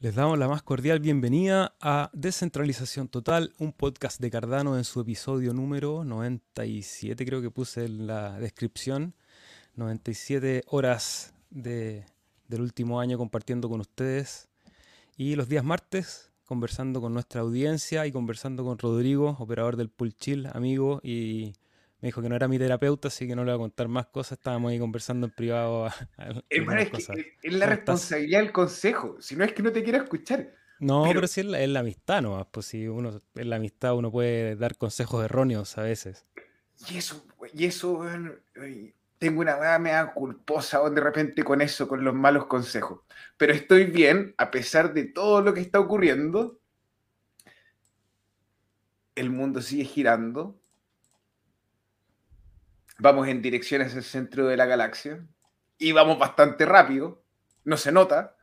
Les damos la más cordial bienvenida a Descentralización Total, un podcast de Cardano en su episodio número 97, creo que puse en la descripción. 97 horas del último año compartiendo con ustedes. Y los días martes conversando con nuestra audiencia y conversando con Rodrigo, operador del Pool Chill, amigo, y me dijo que no era mi terapeuta, así que no le voy a contar más cosas. Estábamos ahí conversando en privado Hermano, algunas es que cosas. es la ¿Cómo estás? responsabilidad del consejo. Si no es que no te quiero escuchar. No, Pero, pero sí es la amistad nomás, pues si uno, en la amistad uno puede dar consejos erróneos a veces. weón, tengo una weá mea culposa weón, de repente con eso, con los malos consejos. Pero estoy bien, a pesar de todo lo que está ocurriendo. El mundo sigue girando. Vamos en dirección hacia el centro de la galaxia. Y vamos bastante rápido. No se nota,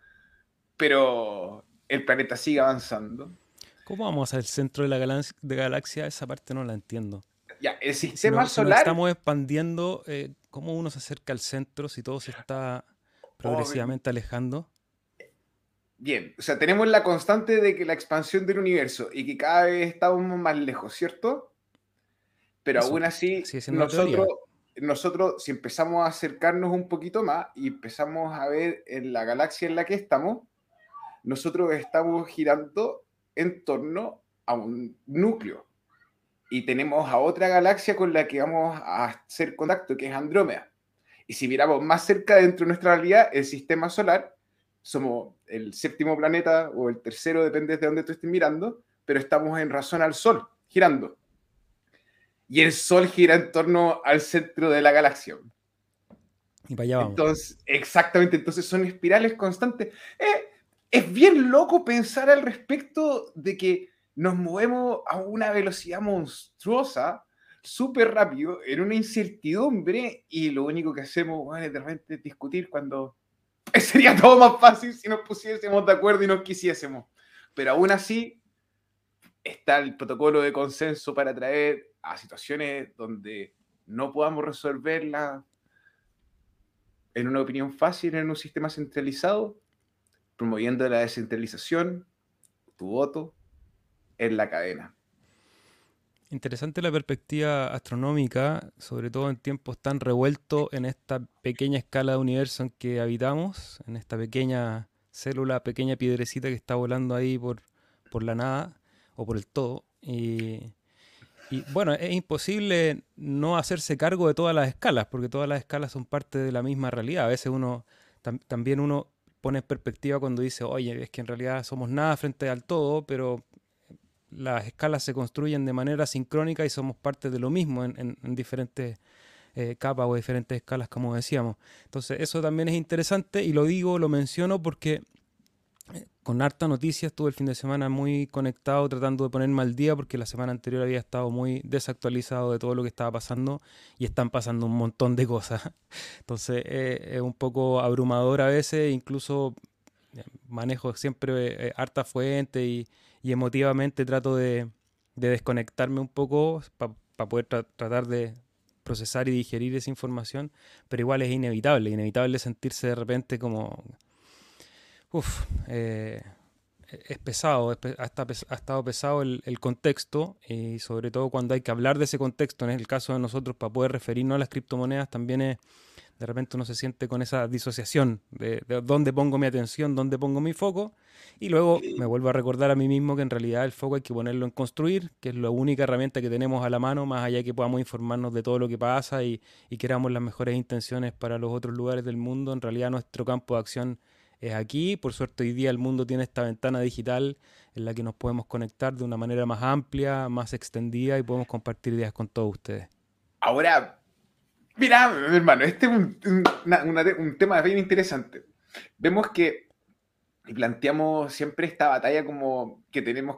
pero el planeta sigue avanzando. ¿Cómo vamos al centro de la galaxia? Esa parte no la entiendo. Ya, el Si sistema nos solar. estamos expandiendo, ¿cómo uno se acerca al centro si todo se está Oh, progresivamente alejando? bien, o sea, tenemos la constante de que la expansión del universo y que cada vez estamos más lejos, ¿cierto? Pero Eso aún así, sigue siendo una nosotros, teoría. nosotros, si empezamos a acercarnos un poquito más y empezamos a ver en la galaxia en la que estamos, nosotros estamos girando en torno a un núcleo y tenemos a otra galaxia con la que vamos a hacer contacto, que es Andrómeda. Y si miramos más cerca dentro de nuestra realidad, el sistema solar, somos el séptimo planeta o el tercero, depende de dónde tú estés mirando, pero estamos en razón al Sol, girando. Y el Sol gira en torno al centro de la galaxia. Y para allá vamos. Entonces, exactamente, entonces son espirales constantes. Es bien loco pensar al respecto de que nos movemos a una velocidad monstruosa, súper rápido, en una incertidumbre, y lo único que hacemos, bueno, es de repente discutir cuando sería todo más fácil si nos pusiésemos de acuerdo y nos quisiésemos. Pero aún así, está el protocolo de consenso para traer a situaciones donde no podamos resolverla en una opinión fácil en un sistema centralizado, promoviendo la descentralización, tu voto en la cadena. Interesante la perspectiva astronómica, sobre todo en tiempos tan revueltos en esta pequeña escala de universo en que habitamos, en esta pequeña célula, pequeña piedrecita que está volando ahí por la nada o por el todo. Y bueno, es imposible no hacerse cargo de todas las escalas, porque todas las escalas son parte de la misma realidad. A veces también uno pone en perspectiva cuando dice, oye, es que en realidad somos nada frente al todo, pero las escalas se construyen de manera sincrónica y somos parte de lo mismo en diferentes capas o diferentes escalas, como decíamos. Entonces, eso también es interesante y lo menciono porque con harta noticia estuve el fin de semana muy conectado tratando de ponerme al día porque la semana anterior había estado muy desactualizado de todo lo que estaba pasando y están pasando un montón de cosas. Entonces, es un poco abrumador a veces, incluso manejo siempre harta fuente y emotivamente trato de desconectarme un poco para poder tratar de procesar y digerir esa información, pero igual es inevitable sentirse de repente como, uff, es pesado, ha estado pesado el contexto y sobre todo cuando hay que hablar de ese contexto, en el caso de nosotros, para poder referirnos a las criptomonedas, también es, de repente uno se siente con esa disociación de dónde pongo mi atención, dónde pongo mi foco, y luego me vuelvo a recordar a mí mismo que en realidad el foco hay que ponerlo en construir, que es la única herramienta que tenemos a la mano, más allá de que podamos informarnos de todo lo que pasa y queramos las mejores intenciones para los otros lugares del mundo. En realidad nuestro campo de acción es aquí. Por suerte hoy día el mundo tiene esta ventana digital en la que nos podemos conectar de una manera más amplia, más extendida y podemos compartir ideas con todos ustedes. Ahora, mira, hermano, este es un tema bien interesante. Vemos que y planteamos siempre esta batalla como que tenemos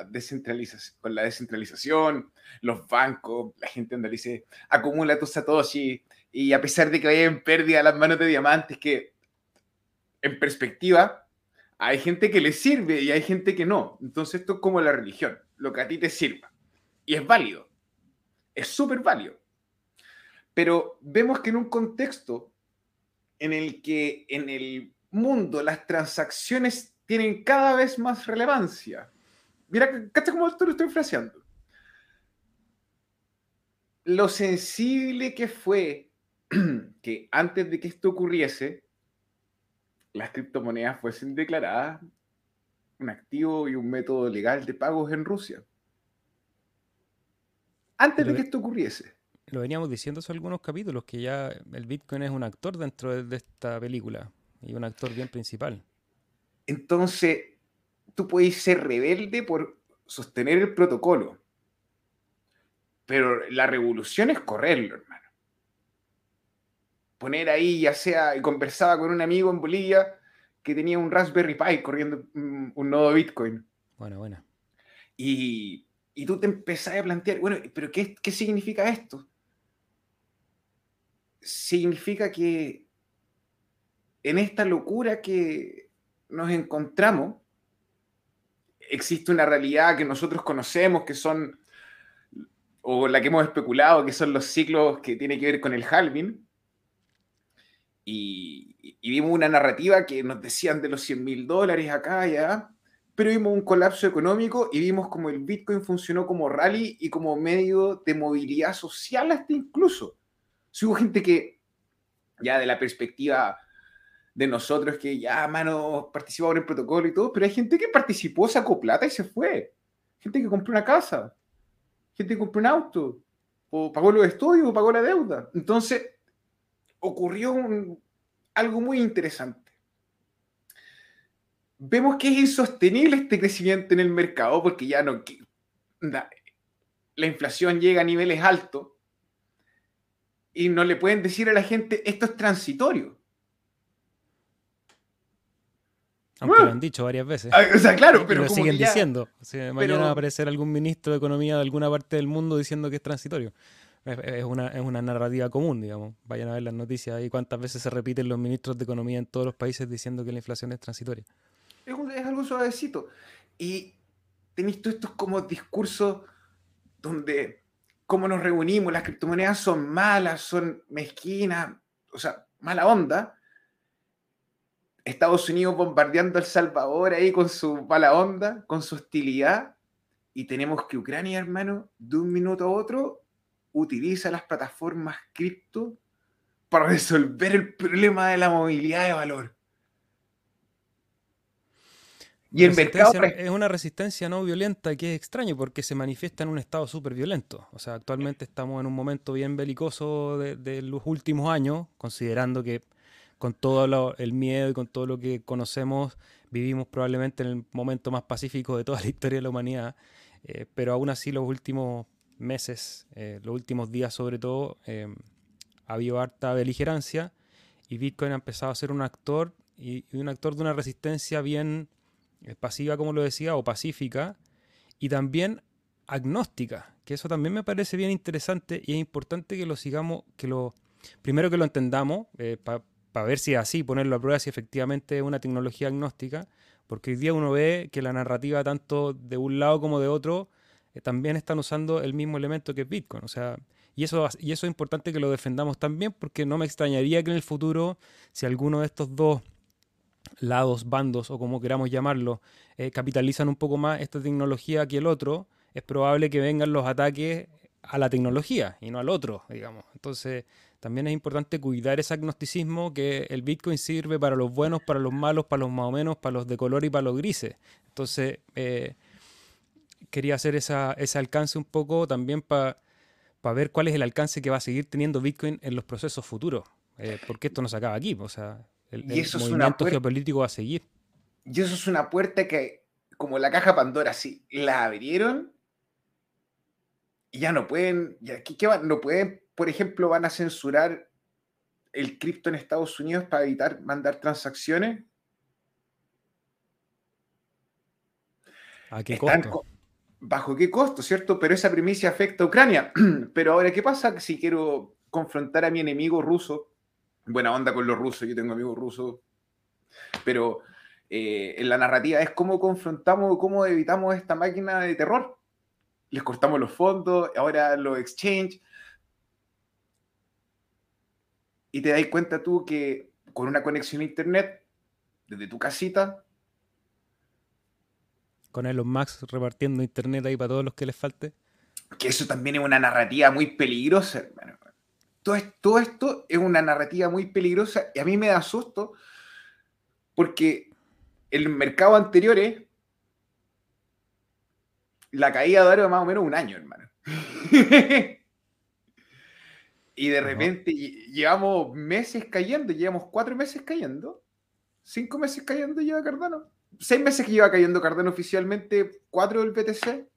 con la descentralización, los bancos, la gente donde dice acumula tus satoshi y a pesar de que vaya en pérdida las manos de diamantes, que en perspectiva hay gente que le sirve y hay gente que no. Entonces esto es como la religión, lo que a ti te sirva. Y es válido, es súper válido. Pero vemos que en un contexto en el que en el mundo las transacciones tienen cada vez más relevancia. Mira, ¿cachai cómo esto lo estoy fraseando? Lo sensible que fue que antes de que esto ocurriese, las criptomonedas fuesen declaradas un activo y un método legal de pagos en Rusia. Y Antes de que esto ocurriese. lo veníamos diciendo hace algunos capítulos, que ya el Bitcoin es un actor dentro de esta película, y un actor bien principal. Entonces, tú puedes ser rebelde por sostener el protocolo, pero la revolución es correrlo, hermano. Poner ahí, ya sea, y conversaba con un amigo en Bolivia que tenía un Raspberry Pi corriendo un nodo Bitcoin. Bueno, bueno. Y tú te empezás a plantear, bueno, pero ¿qué significa esto? Significa que en esta locura que nos encontramos, existe una realidad que nosotros conocemos, que son, o la que hemos especulado, que son los ciclos que tienen que ver con el halving, y vimos una narrativa que nos decían de los $100.000 acá y allá, pero vimos un colapso económico y vimos como el Bitcoin funcionó como rally y como medio de movilidad social hasta incluso. Si hubo gente que, ya de la perspectiva de nosotros, que ya, mano, participaba en el protocolo y todo, pero hay gente que participó, sacó plata y se fue. Gente que compró una casa, gente que compró un auto, o pagó los estudios, o pagó la deuda. Entonces, ocurrió algo muy interesante. Vemos que es insostenible este crecimiento en el mercado porque ya no, la inflación llega a niveles altos y no le pueden decir a la gente esto es transitorio. Aunque lo han dicho varias veces. O sea, claro, Y pero lo como siguen que ya, diciendo. O sea, mañana va a pero aparecer algún ministro de Economía de alguna parte del mundo diciendo que es transitorio. Es una narrativa común, digamos. Vayan a ver las noticias ahí cuántas veces se repiten los ministros de Economía en todos los países diciendo que la inflación es transitoria. es algo suavecito. Y tenéis todos estos como discursos donde cómo nos reunimos, las criptomonedas son malas, son mezquinas, o sea, mala onda. Estados Unidos bombardeando a El Salvador ahí con su mala onda, con su hostilidad, y tenemos que Ucrania, hermano, de un minuto a otro, utiliza las plataformas cripto para resolver el problema de la movilidad de valor. Y el mercado... Es una resistencia no violenta que es extraño porque se manifiesta en un estado súper violento. O sea, actualmente estamos en un momento bien belicoso de los últimos años, considerando que con todo el miedo y con todo lo que conocemos, vivimos probablemente en el momento más pacífico de toda la historia de la humanidad. Pero aún así los últimos meses, los últimos días sobre todo, ha habido harta beligerancia y Bitcoin ha empezado a ser un actor y un actor de una resistencia bien pasiva, como lo decía, o pacífica, y también agnóstica, que eso también me parece bien interesante y es importante que lo sigamos, primero que lo entendamos, para ver si es así, ponerlo a prueba si efectivamente es una tecnología agnóstica, porque hoy día uno ve que la narrativa tanto de un lado como de otro también están usando el mismo elemento que es Bitcoin, o sea, y eso es importante que lo defendamos también, porque no me extrañaría que en el futuro, si alguno de estos dos lados, bandos o como queramos llamarlo, capitalizan un poco más esta tecnología que el otro, es probable que vengan los ataques a la tecnología y no al otro, digamos. Entonces, también es importante cuidar ese agnosticismo, que el Bitcoin sirve para los buenos, para los malos, para los más o menos, para los de color y para los grises. Entonces, quería hacer ese alcance un poco también para ver cuál es el alcance que va a seguir teniendo Bitcoin en los procesos futuros. Porque esto no se acaba aquí, o sea, Y el eso es una movimiento puerta, geopolítico va a seguir. y eso es una puerta que, como la caja Pandora, sí, la abrieron y ya no pueden, ya, no pueden, por ejemplo, van a censurar el cripto en Estados Unidos para evitar mandar transacciones. ¿A qué Están costo? bajo qué costo, ¿cierto? Pero esa primicia afecta a Ucrania. Pero ahora, ¿qué pasa si quiero confrontar a mi enemigo ruso? Buena onda con los rusos, yo tengo amigos rusos, pero en la narrativa es cómo confrontamos, cómo evitamos esta máquina de terror. Les cortamos los fondos, ahora los exchange, y te das cuenta tú que con una conexión a internet, desde tu casita, Con Elon Musk repartiendo internet ahí para todos los que les falte. Que eso también es una narrativa muy peligrosa, hermano. Todo esto es una narrativa muy peligrosa y a mí me da susto porque el mercado anterior es la caída de oro de más o menos un año, hermano. Y de Ajá. repente llevamos meses cayendo, llevamos 4 meses cayendo, 5 meses cayendo lleva Cardano, 6 meses que lleva cayendo Cardano oficialmente, 4 del BTC.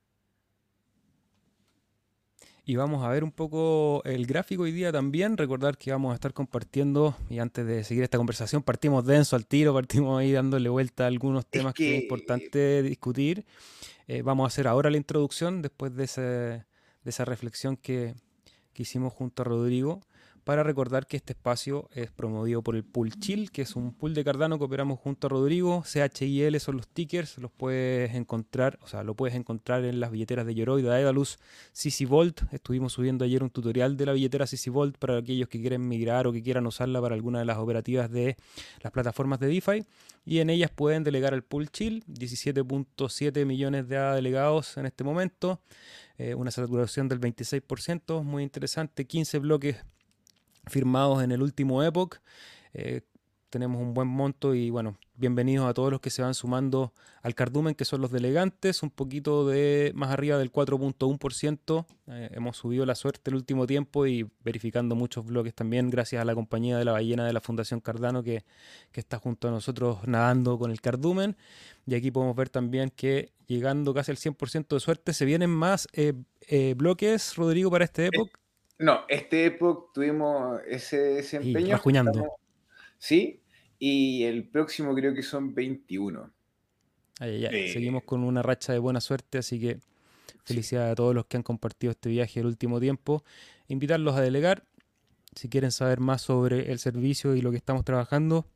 Y vamos a ver un poco el gráfico hoy día también. Recordar que vamos a estar compartiendo, y antes de seguir esta conversación, partimos denso al tiro, partimos ahí dándole vuelta a algunos Es temas que es que, importante discutir. Vamos a hacer ahora la introducción después de esa reflexión que hicimos junto a Rodrigo, para recordar que este espacio es promovido por el Pool Chill, que es un pool de Cardano que operamos junto a Rodrigo. CHIL son los tickers, los puedes encontrar, o sea, lo puedes encontrar en las billeteras de Yoroi, de Daedalus, CC Vault. Estuvimos subiendo ayer un tutorial de la billetera CC Vault para aquellos que quieren migrar o que quieran usarla para alguna de las operativas de las plataformas de DeFi. Y en ellas pueden delegar al Pool Chill, 17.7 millones de ADA delegados en este momento. Una saturación del 26%, muy interesante, 15 bloques firmados en el último Epoch. Eh, Tenemos un buen monto y bueno, bienvenidos a todos los que se van sumando al cardumen, que son los delegantes, un poquito de más arriba del 4.1%. Hemos subido la suerte el último tiempo y verificando muchos bloques también gracias a la compañía de la ballena de la Fundación Cardano que está junto a nosotros nadando con el cardumen. Y aquí podemos ver también que llegando casi al 100% de suerte se vienen más bloques, Rodrigo, para este Epoch. no, este Epoch tuvimos ese Ahí, desempeño, rajuñando. sí, y el próximo creo que son 21. Ay, ay, ay. Eh, Seguimos con una racha de buena suerte, así que sí. felicidades a todos los que han compartido este viaje el último tiempo. Invitarlos a delegar, si quieren saber más sobre el servicio y lo que estamos trabajando,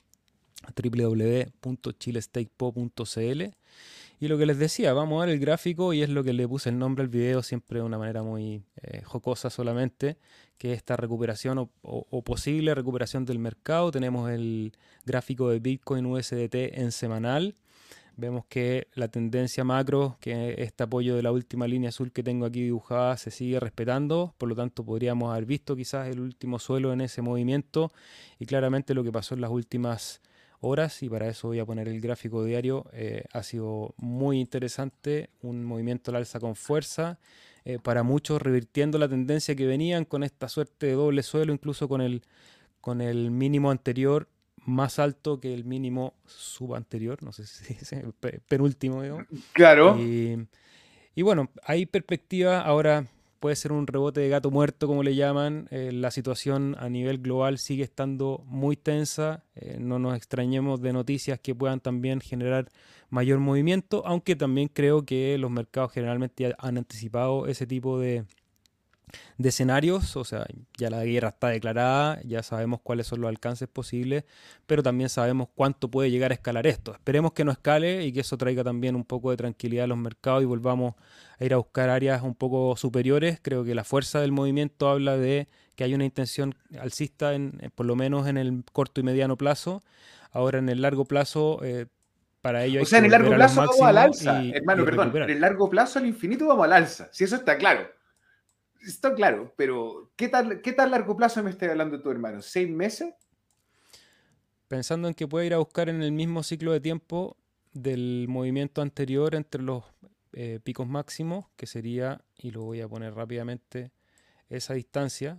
www.chilestakepo.cl. Y lo que les decía, vamos a ver el gráfico y es lo que le puse el nombre al video, siempre de una manera muy jocosa solamente, que esta recuperación o posible recuperación del mercado. Tenemos el gráfico de Bitcoin USDT en semanal. Vemos que la tendencia macro, que este apoyo de la última línea azul que tengo aquí dibujada, se sigue respetando. Por lo tanto, podríamos haber visto quizás el último suelo en ese movimiento. Y claramente lo que pasó en las últimas horas, y para eso voy a poner el gráfico diario, ha sido muy interesante. Un movimiento al alza con fuerza. Para muchos revirtiendo la tendencia que venían con esta suerte de doble suelo, incluso con el mínimo anterior más alto que el mínimo subanterior, no sé si es el penúltimo, digo. Claro. Y, y bueno, hay perspectiva, ahora puede ser un rebote de gato muerto, como le llaman. La situación a nivel global sigue estando muy tensa. No nos extrañemos de noticias que puedan también generar mayor movimiento, aunque también creo que los mercados generalmente ya han anticipado ese tipo de escenarios, o sea, ya la guerra está declarada, ya sabemos cuáles son los alcances posibles, pero también sabemos cuánto puede llegar a escalar esto. Esperemos que no escale y que eso traiga también un poco de tranquilidad a los mercados y volvamos a ir a buscar áreas un poco superiores. Creo que la fuerza del movimiento habla de que hay una intención alcista, por lo menos en el corto y mediano plazo. Ahora en el largo plazo, para ello O hay sea, que en el volver largo a los plazo vamos al máximos alza, y hermano, perdón. En recuperar. el largo plazo al infinito vamos al alza. Si eso está claro. Está claro, pero ¿qué tal largo plazo me estás hablando tú, hermano? ¿6 meses? Pensando en que puede ir a buscar en el mismo ciclo de tiempo del movimiento anterior entre los picos máximos, que sería, y lo voy a poner rápidamente, esa distancia.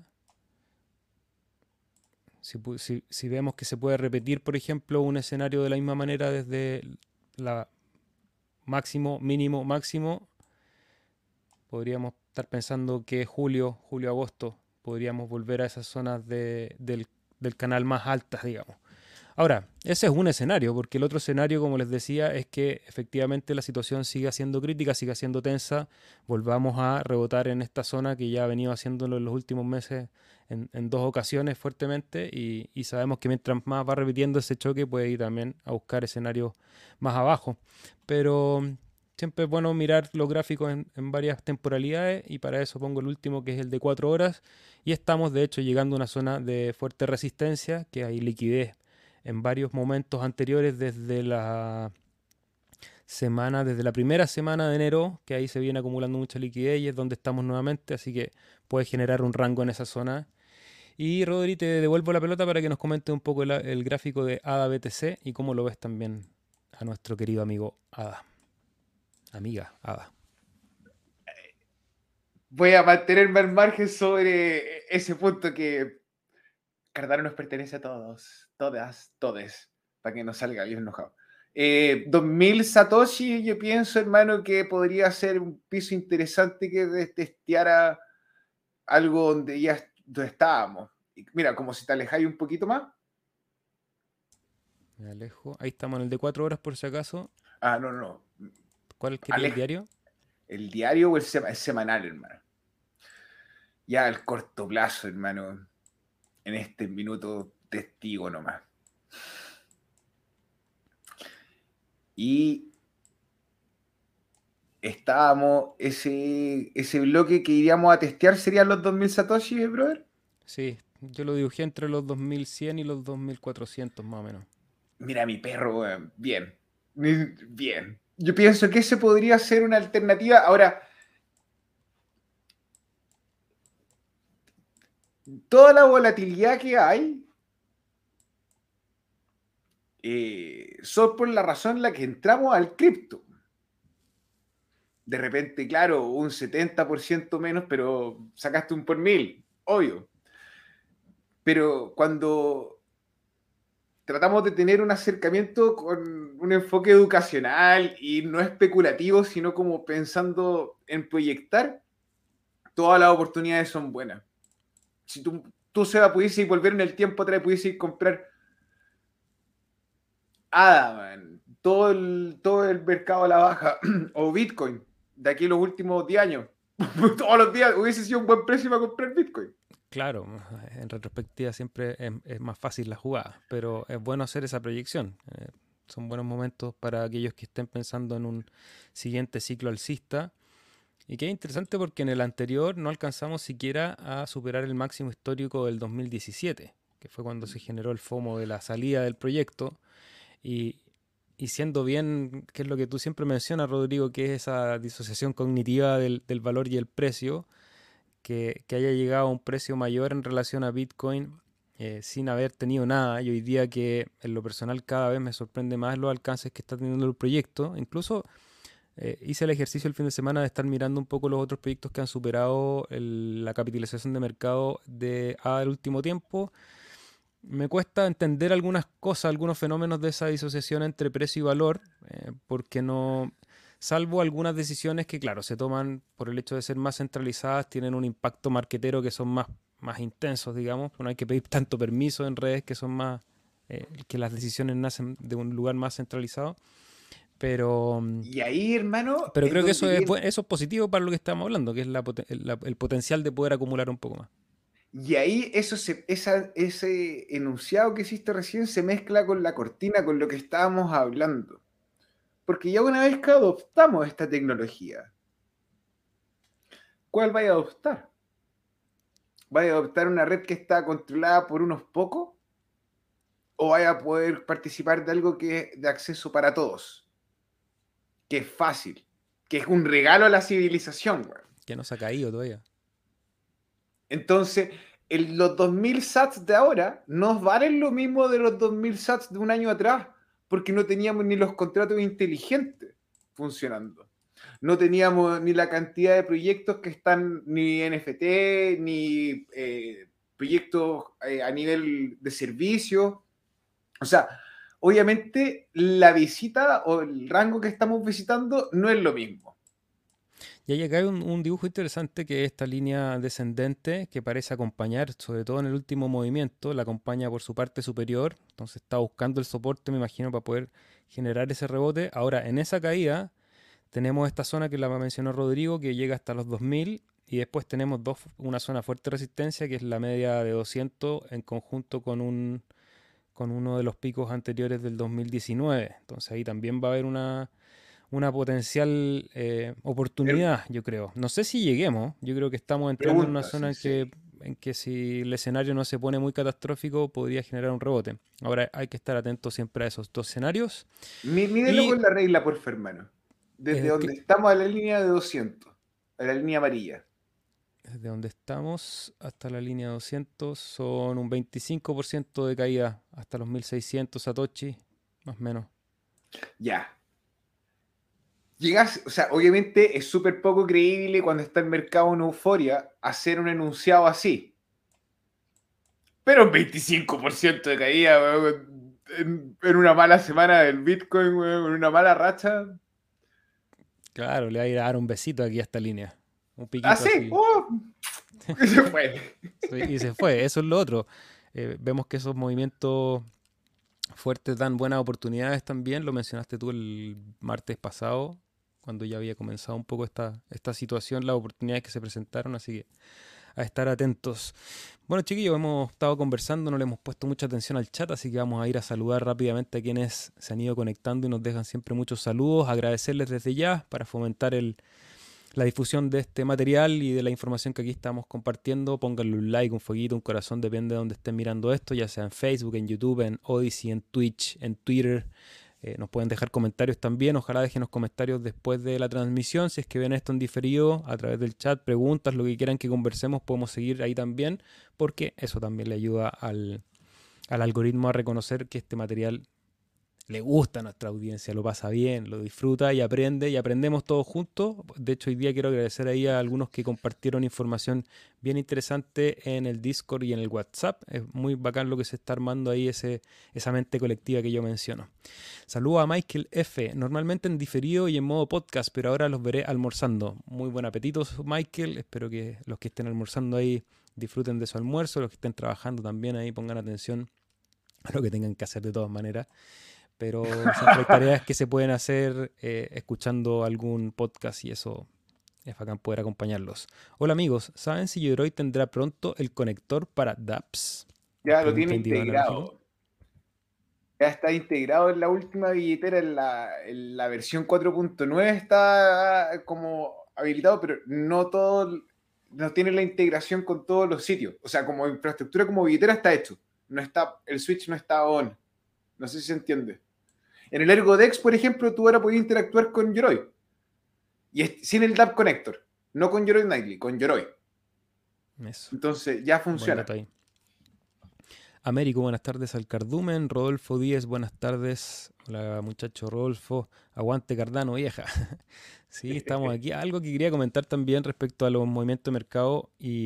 Si vemos que se puede repetir, por ejemplo, un escenario de la misma manera desde la máximo, mínimo, máximo, podríamos estar pensando que julio, agosto, podríamos volver a esas zonas del canal más altas, digamos. Ahora, ese es un escenario, porque el otro escenario, como les decía, es que efectivamente la situación siga siendo crítica, siga siendo tensa, volvamos a rebotar en esta zona que ya ha venido haciéndolo en los últimos meses en dos ocasiones fuertemente y sabemos que mientras más va repitiendo ese choque puede ir también a buscar escenarios más abajo. Pero siempre es bueno mirar los gráficos en varias temporalidades y para eso pongo el último que es el de 4 horas y estamos de hecho llegando a una zona de fuerte resistencia, que hay liquidez en varios momentos anteriores desde la semana, desde la primera semana de enero, que ahí se viene acumulando mucha liquidez y es donde estamos nuevamente, así que puedes generar un rango en esa zona. Y Rodri, te devuelvo la pelota para que nos comente un poco el gráfico de ADA BTC y cómo lo ves también a nuestro querido amigo ADA, amiga ADA. Voy a mantenerme al margen sobre ese punto que Cardano nos pertenece a todos, todas, todes, para que no salga bien enojado. 2000 Satoshi, yo pienso, hermano, que podría ser un piso interesante que testeara algo donde ya donde estábamos. Y mira, como si te alejáis un poquito más. Me alejo. Ahí estamos en el de 4 horas por si acaso. Ah, no, no. ¿Cuál quería el Aleja. diario? El diario o el semanal, hermano. Ya al corto plazo, hermano. En este minuto testigo nomás. Y estábamos, ese bloque que iríamos a testear serían los 2000 Satoshi, brother. Sí, yo lo dibujé entre los 2100 y los 2400 más o menos. Mira, mi perro, weón. Bien. Bien. Yo pienso que ese podría ser una alternativa. Ahora, toda la volatilidad que hay son por la razón en la que entramos al cripto. De repente, claro, un 70% menos, pero sacaste un por mil, obvio. Pero cuando tratamos de tener un acercamiento con un enfoque educacional y no especulativo, sino como pensando en proyectar, todas las oportunidades son buenas. Si tú Seba, pudieses volver en el tiempo atrás, pudieses comprar ADA, man, todo el mercado a la baja, o Bitcoin, de aquí los últimos 10 años. Todos los días hubiese sido un buen precio para comprar Bitcoin. Claro, en retrospectiva siempre es más fácil la jugada, pero es bueno hacer esa proyección. Son buenos momentos para aquellos que estén pensando en un siguiente ciclo alcista. Y que es interesante porque en el anterior no alcanzamos siquiera a superar el máximo histórico del 2017, que fue cuando se generó el FOMO de la salida del proyecto. Y, y siendo bien, que es lo que tú siempre mencionas, Rodrigo, que es esa disociación cognitiva del valor y el precio, que haya llegado a un precio mayor en relación a Bitcoin sin haber tenido nada. Y hoy día que en lo personal cada vez me sorprende más los alcances que está teniendo el proyecto. Incluso hice el ejercicio el fin de semana de estar mirando un poco los otros proyectos que han superado la capitalización de mercado de al último tiempo. Me cuesta entender algunas cosas, algunos fenómenos de esa disociación entre precio y valor, porque no, salvo algunas decisiones que, claro, se toman por el hecho de ser más centralizadas, tienen un impacto marquetero que son más intensos, digamos, no hay que pedir tanto permiso en redes que son más, que las decisiones nacen de un lugar más centralizado, pero, Y ahí, hermano, pero es creo que eso donde es, viene. eso es positivo para lo que estamos hablando, que es el potencial de poder acumular un poco más. Y ahí ese enunciado que hiciste recién se mezcla con la cortina, con lo que estábamos hablando. Porque ya una vez que adoptamos esta tecnología, ¿cuál vaya a adoptar? ¿Vaya a adoptar una red que está controlada por unos pocos? ¿O vaya a poder participar de algo que es de acceso para todos? Que es fácil, que es un regalo a la civilización, güey. Que no se ha caído todavía. Entonces, los 2000 sats de ahora nos valen lo mismo de los 2000 sats de un año atrás, porque no teníamos ni los contratos inteligentes funcionando. No teníamos ni la cantidad de proyectos que están, ni NFT, ni proyectos a nivel de servicio. O sea, obviamente la visita o el rango que estamos visitando no es lo mismo. Y ahí acá hay un dibujo interesante que es esta línea descendente que parece acompañar, sobre todo en el último movimiento, la acompaña por su parte superior, entonces está buscando el soporte, me imagino, para poder generar ese rebote. Ahora, en esa caída tenemos esta zona que la mencionó Rodrigo, que llega hasta los 2000, y después tenemos una zona fuerte resistencia, que es la media de 200 en conjunto con uno de los picos anteriores del 2019. Entonces ahí también va a haber una potencial Pero oportunidad, yo creo. No sé si lleguemos, yo creo que estamos entrando en una pregunta, zona en que Sensei. en que si el escenario no se pone muy catastrófico podría generar un rebote. Ahora hay que estar atento siempre a esos dos escenarios. Mídelo Y con la regla, por hermano. Desde donde estamos a la línea de 200, a la línea amarilla. desde donde estamos hasta la línea 200 son un 25% de caída hasta los 1600 Satoshi, más o menos. Ya. Llegas, o sea, obviamente es súper poco creíble cuando está el mercado en euforia hacer un enunciado así. Pero un 25% de caída, weón, en una mala semana del Bitcoin, weón, en una mala racha. Claro, le va a ir a dar un besito aquí a esta línea. Un piquito Así, así. ¡oh! Y se fue. Sí, y se fue. Eso es lo otro. Vemos que esos movimientos fuertes dan buenas oportunidades también. Lo mencionaste tú el martes pasado, cuando ya había comenzado un poco esta situación, las oportunidades que se presentaron. Así que a estar atentos. Bueno, chiquillos, hemos estado conversando, no le hemos puesto mucha atención al chat, así que vamos a ir a saludar rápidamente a quienes se han ido conectando y nos dejan siempre muchos saludos. Agradecerles desde ya para fomentar la difusión de este material y de la información que aquí estamos compartiendo. Pónganle un like, un fueguito, un corazón, depende de donde estén mirando esto, ya sea en Facebook, en YouTube, en Odyssey, en Twitch, en Twitter. Nos pueden dejar comentarios también. Ojalá dejen los comentarios después de la transmisión. Si es que ven esto en diferido, a través del chat, preguntas, lo que quieran que conversemos, podemos seguir ahí también, porque eso también le ayuda al algoritmo a reconocer que este material le gusta a nuestra audiencia, lo pasa bien, lo disfruta y aprende, y aprendemos todos juntos. De hecho, hoy día quiero agradecer ahí a algunos que compartieron información bien interesante en el Discord y en el WhatsApp. Es muy bacán lo que se está armando ahí, esa mente colectiva que yo menciono. Saludo a Michael F. Normalmente en diferido y en modo podcast, pero ahora los veré almorzando. Muy buen apetito, Michael. Espero que los que estén almorzando ahí disfruten de su almuerzo, los que estén trabajando también ahí pongan atención a lo que tengan que hacer de todas maneras. Pero siempre hay tareas que se pueden hacer escuchando algún podcast y eso es bacán poder acompañarlos. Hola amigos, ¿saben si Yoroi tendrá pronto el conector para dApps? Nos Ya lo tiene pregunta Indigo Analógico. integrado. Ya está integrado en la última billetera, en la versión 4.9 está como habilitado, pero no todo, no tiene la integración con todos los sitios. O sea, como infraestructura, como billetera está hecho. No está, el switch no está on. No sé si se entiende. En el Ergodex, por ejemplo, tú ahora podías interactuar con Yoroi. Y sin el DApp Connector. No con Yoroi Nightly, con Yoroi. Eso, Entonces ya buen funciona. dato ahí. Américo, buenas tardes al Cardumen. Rodolfo Díez, buenas tardes. Hola muchacho Rodolfo. Aguante Cardano, vieja. Sí, estamos aquí. Algo que quería comentar también respecto a los movimientos de mercado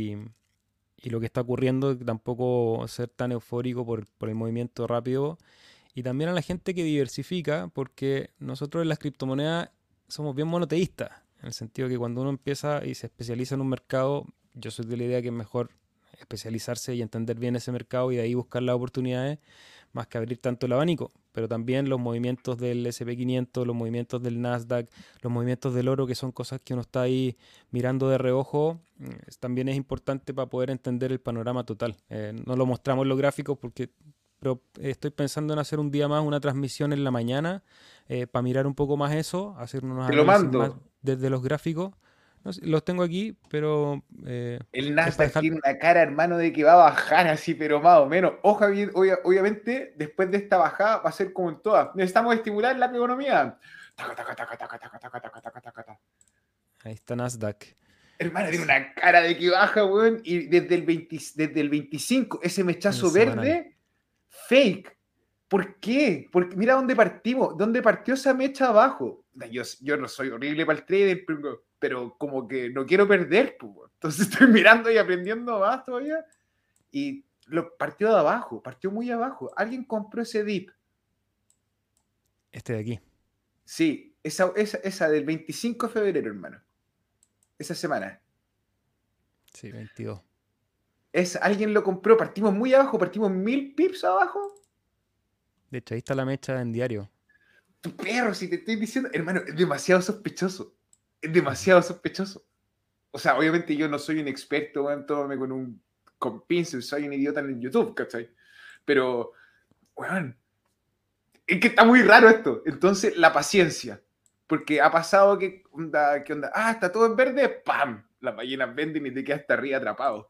y lo que está ocurriendo, tampoco ser tan eufórico por el movimiento rápido. Y también a la gente que diversifica, porque nosotros en las criptomonedas somos bien monoteístas, en el sentido que cuando uno empieza y se especializa en un mercado, yo soy de la idea que es mejor especializarse y entender bien ese mercado y de ahí buscar las oportunidades, más que abrir tanto el abanico. Pero también los movimientos del SP500, los movimientos del Nasdaq, los movimientos del oro, que son cosas que uno está ahí mirando de reojo, también es importante para poder entender el panorama total. No lo mostramos en los gráficos porque pero estoy pensando en hacer un día más una transmisión en la mañana para mirar un poco más eso, hacer unos Te lo análisis más mando. desde los gráficos. No sé, los tengo aquí, pero El es para Nasdaq dejar... tiene una cara, hermano, de que va a bajar así, pero más o menos. Oja, obviamente, después de esta bajada va a ser como en todas. Necesitamos estimular la economía. Taca, taca, taca, taca, taca, taca, taca, taca, taca, taca. Ahí está Nasdaq. Hermano, tiene una cara de que baja, weón. Y desde el 25, ese En mechazo semanal. verde, fake. ¿Por qué? Porque mira dónde partimos, dónde partió esa mecha abajo. Yo no soy horrible para el trader, pero como que no quiero perder, pues. Entonces estoy mirando y aprendiendo más todavía. Y lo partió de abajo, partió muy abajo. Alguien compró ese dip. Este de aquí. Sí, esa del 25 de febrero, hermano. Esa semana. Sí, 22. Alguien lo compró, partimos muy abajo, partimos 1000 pips abajo. De hecho, ahí está la mecha en diario. Tu perro, si te estoy diciendo, hermano, es demasiado sospechoso. Es demasiado sospechoso. O sea, obviamente yo no soy un experto, weón, tómame con pinzas, soy un idiota en el YouTube, ¿cachai? Pero, weón, es que está muy raro esto. Entonces, la paciencia. Porque ha pasado ¿qué onda? Ah, está todo en verde, ¡pam! Las ballenas venden y te quedas hasta arriba atrapado.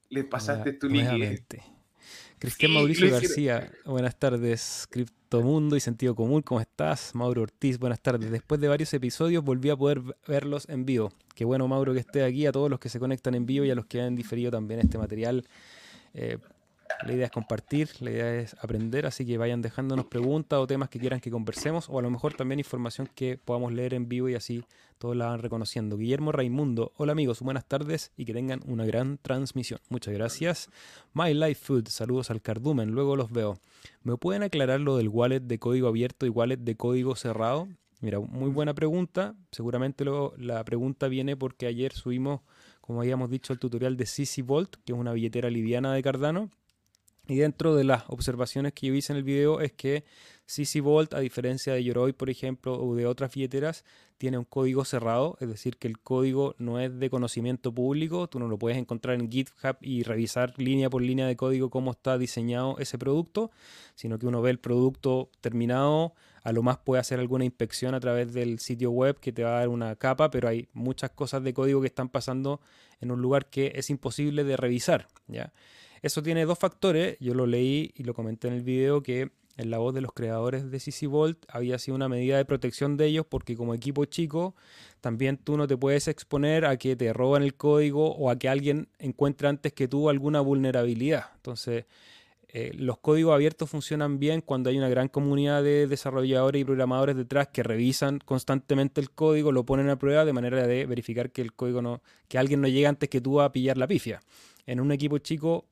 les pasaste tu liquidez. Nuevamente. Cristian Sí, lo Mauricio hicieron. García, buenas tardes. Criptomundo y Sentido Común, ¿cómo estás? Mauro Ortiz, buenas tardes. Después de varios episodios volví a poder verlos en vivo. Qué bueno, Mauro, que esté aquí, a todos los que se conectan en vivo y a los que han diferido también este material. Eh, la idea es compartir, la idea es aprender, así que vayan dejándonos preguntas o temas que quieran que conversemos, o a lo mejor también información que podamos leer en vivo y así todos la van reconociendo. Guillermo Raimundo, hola amigos, buenas tardes y que tengan una gran transmisión. Muchas gracias. My Life Food, saludos al cardumen, luego los veo. ¿Me pueden aclarar lo del wallet de código abierto y wallet de código cerrado? Mira, muy buena pregunta. Seguramente la pregunta viene porque ayer subimos, como habíamos dicho, el tutorial de CC Vault, que es una billetera liviana de Cardano. Y dentro de las observaciones que yo hice en el video es que CC Vault, a diferencia de Yoroi, por ejemplo, o de otras billeteras, tiene un código cerrado, es decir, que el código no es de conocimiento público, tú no lo puedes encontrar en GitHub y revisar línea por línea de código cómo está diseñado ese producto, sino que uno ve el producto terminado, a lo más puede hacer alguna inspección a través del sitio web que te va a dar una capa, pero hay muchas cosas de código que están pasando en un lugar que es imposible de revisar, ¿ya? Eso tiene dos factores, yo lo leí y lo comenté en el video, que en la voz de los creadores de CC Vault había sido una medida de protección de ellos porque como equipo chico también tú no te puedes exponer a que te roban el código o a que alguien encuentre antes que tú alguna vulnerabilidad. Entonces, los códigos abiertos funcionan bien cuando hay una gran comunidad de desarrolladores y programadores detrás que revisan constantemente el código, lo ponen a prueba de manera de verificar que el código no, que alguien no llegue antes que tú a pillar la pifia. En un equipo chico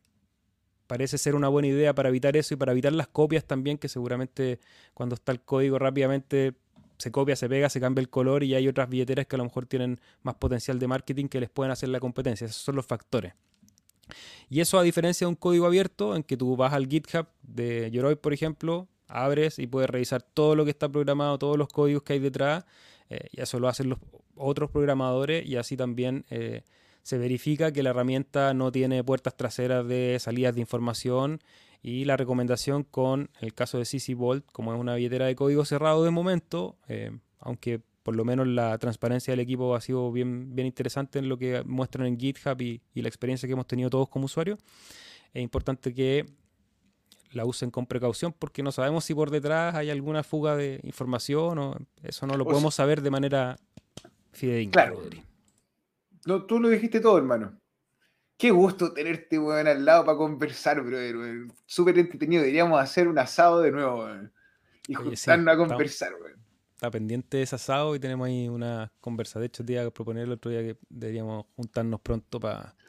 parece ser una buena idea para evitar eso y para evitar las copias también, que seguramente cuando está el código rápidamente se copia, se pega, se cambia el color y hay otras billeteras que a lo mejor tienen más potencial de marketing que les pueden hacer la competencia. Esos son los factores. Y eso a diferencia de un código abierto en que tú vas al GitHub de Yoroi, por ejemplo, abres y puedes revisar todo lo que está programado, todos los códigos que hay detrás, y eso lo hacen los otros programadores y así también se verifica que la herramienta no tiene puertas traseras de salidas de información y la recomendación con el caso de CC Vault, como es una billetera de código cerrado de momento, aunque por lo menos la transparencia del equipo ha sido bien, bien interesante en lo que muestran en GitHub y la experiencia que hemos tenido todos como usuarios. Es importante que la usen con precaución porque no sabemos si por detrás hay alguna fuga de información o eso no lo O sea, podemos saber de manera fidedigna, claro, Rodri. no, tú lo dijiste todo, hermano. Qué gusto tenerte, weón, al lado para conversar, brother, weón. Súper entretenido. Deberíamos hacer un asado de nuevo, weón. Y Oye, sí, juntarnos a conversar, weón. está pendiente ese asado y tenemos ahí una conversa. De hecho, te iba a proponer el otro día que deberíamos juntarnos pronto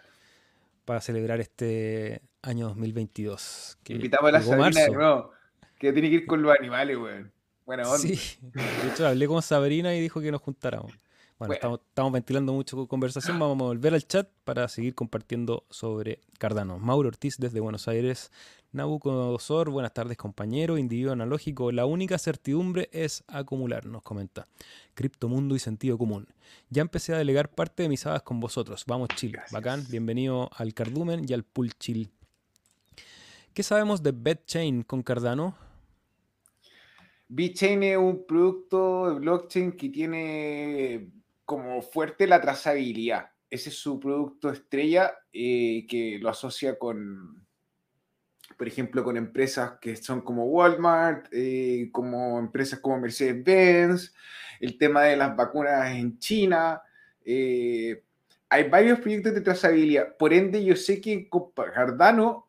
para celebrar este año 2022, que Invitamos a la llegó Sabrina de marzo. nuevo, que tiene que ir con los animales, weón. Buena Sí, onda. de hecho hablé con Sabrina y dijo que nos juntáramos. Bueno, Bueno, estamos ventilando mucho conversación, vamos a volver al chat para seguir compartiendo sobre Cardano. Mauro Ortiz desde Buenos Aires, Nabucodonosor, buenas tardes compañero, individuo analógico, la única certidumbre es acumular, nos comenta. Criptomundo y sentido común. Ya empecé a delegar parte de mis hadas con vosotros, vamos chill, bacán, gracias. bienvenido al Cardumen y al Pool Chill. ¿Qué sabemos de BetChain con Cardano? VeChain es un producto de blockchain que tiene como fuerte la trazabilidad. Ese es su producto estrella que lo asocia con, por ejemplo, con empresas que son como Walmart, como empresas como Mercedes-Benz, el tema de las vacunas en China. eh, Hay varios proyectos de trazabilidad. Por ende, yo sé que Cardano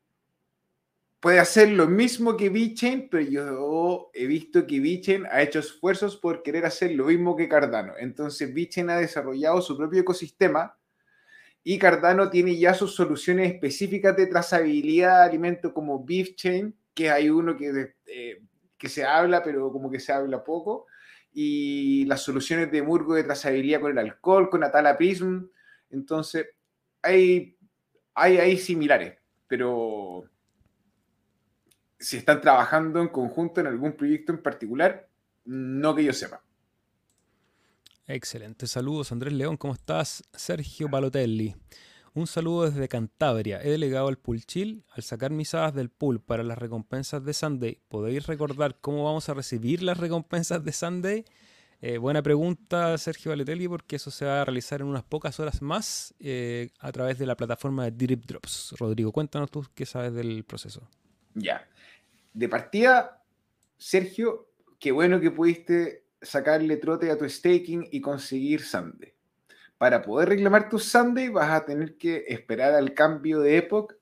puede hacer lo mismo que VeChain, pero yo he visto que VeChain ha hecho esfuerzos por querer hacer lo mismo que Cardano. Entonces, VeChain ha desarrollado su propio ecosistema y Cardano tiene ya sus soluciones específicas de trazabilidad de alimentos como BeefChain, que hay uno que se habla, pero como que se habla poco, y las soluciones de Murgo de trazabilidad con el alcohol, con Atala Prism. Entonces, hay similares, pero si están trabajando en conjunto en algún proyecto en particular, no que yo sepa. Excelente, saludos Andrés León, ¿cómo estás? Sergio Balotelli, un saludo desde Cantabria. He delegado al Pool Chill al sacar mis hadas del pool para las recompensas de Sunday. ¿Podéis recordar cómo vamos a recibir las recompensas de Sunday? Buena pregunta, Sergio Valetelli, porque eso se va a realizar en unas pocas horas más a través de la plataforma de Drip Drops. Rodrigo, cuéntanos tú qué sabes del proceso. Ya. De partida, Sergio, qué bueno que pudiste sacarle trote a tu staking y conseguir Sunday. Para poder reclamar tu Sunday vas a tener que esperar al cambio de Epoch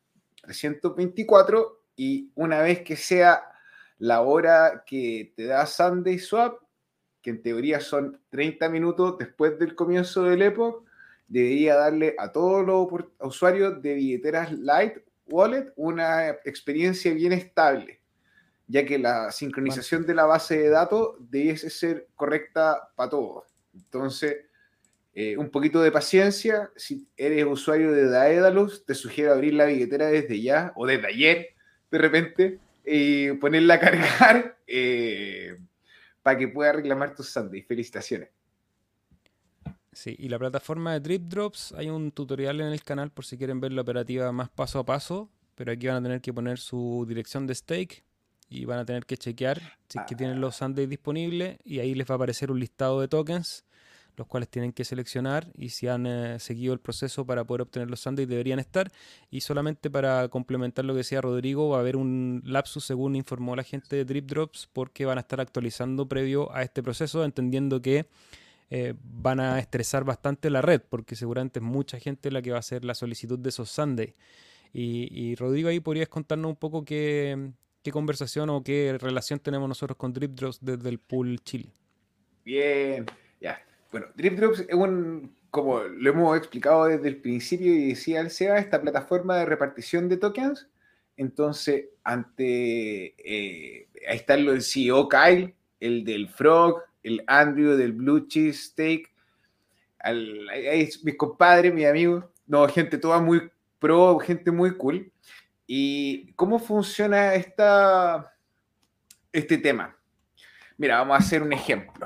324 y una vez que sea la hora que te da Sunday Swap, que en teoría son 30 minutos después del comienzo del Epoch, debería darle a todos los usuarios de billeteras Light Wallet una experiencia bien estable, ya que la sincronización de la base de datos debe ser correcta para todos. Entonces, un poquito de paciencia. Si eres usuario de Daedalus, te sugiero abrir la billetera desde ya o desde ayer, de repente, y ponerla a cargar para que puedas reclamar tus Sundays. Felicitaciones. Sí, y la plataforma de Drip Drops, hay un tutorial en el canal por si quieren ver la operativa más paso a paso, pero aquí van a tener que poner su dirección de stake y van a tener que chequear si es que tienen los Sundays disponibles y ahí les va a aparecer un listado de tokens, los cuales tienen que seleccionar y si han seguido el proceso para poder obtener los Sundays deberían estar. Y solamente para complementar lo que decía Rodrigo, va a haber un lapsus según informó la gente de Drip Drops porque van a estar actualizando previo a este proceso, entendiendo que van a estresar bastante la red, porque seguramente es mucha gente la que va a hacer la solicitud de esos Sundays. Y Rodrigo, ahí podrías contarnos un poco qué conversación o qué relación tenemos nosotros con Drip Drops desde el pool Chile. Bien, ya. Bueno, Drip Drops es como lo hemos explicado desde el principio y decía el SEA, esta plataforma de repartición de tokens. Entonces, ahí están el CEO Kyle, el del Frog, el Andrew del Blue Cheese Steak, ahí mis compadres, mis amigos, no, gente toda muy pro, gente muy cool. ¿Y cómo funciona este tema? Mira, vamos a hacer un ejemplo.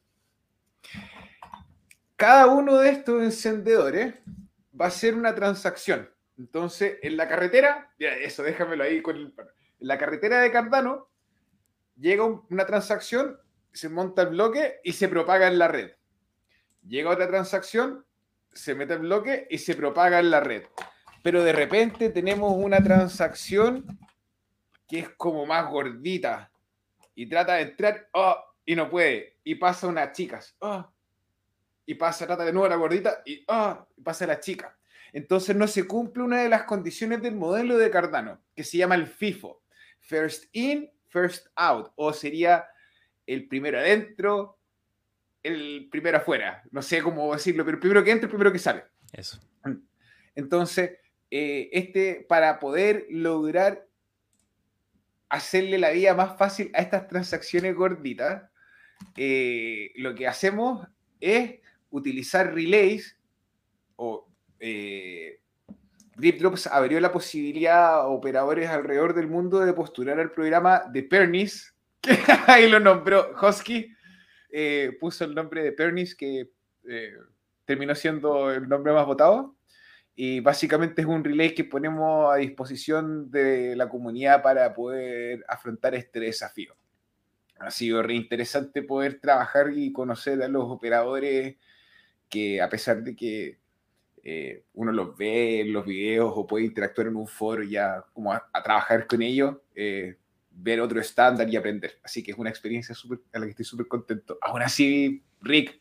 Cada uno de estos encendedores va a ser una transacción. Entonces, en la carretera, mira, eso, déjamelo ahí en la carretera de Cardano, llega una transacción, se monta el bloque y se propaga en la red. Llega otra transacción, se mete el bloque y se propaga en la red. Pero de repente tenemos una transacción que es como más gordita y trata de entrar y no puede. Y pasa unas chicas. Y trata de nuevo la gordita y pasa la chica. Entonces no se cumple una de las condiciones del modelo de Cardano, que se llama el FIFO. First in, first out. O sería el primero adentro, el primero afuera. No sé cómo decirlo, pero el primero que entra, el primero que sale. Eso. Entonces, para poder lograr hacerle la vida más fácil a estas transacciones gorditas, lo que hacemos es utilizar relays o Drip Drops abrió la posibilidad a operadores alrededor del mundo de postular al programa de Pernis, que ahí lo nombró Husky, puso el nombre de Pernis, que terminó siendo el nombre más votado. Y básicamente es un relay que ponemos a disposición de la comunidad para poder afrontar este desafío. Ha sido reinteresante poder trabajar y conocer a los operadores que, a pesar de que uno los ve en los videos o puede interactuar en un foro ya como a trabajar con ellos, ver otro estándar y aprender. Así que es una experiencia a la que estoy súper contento. Aún así, Rick,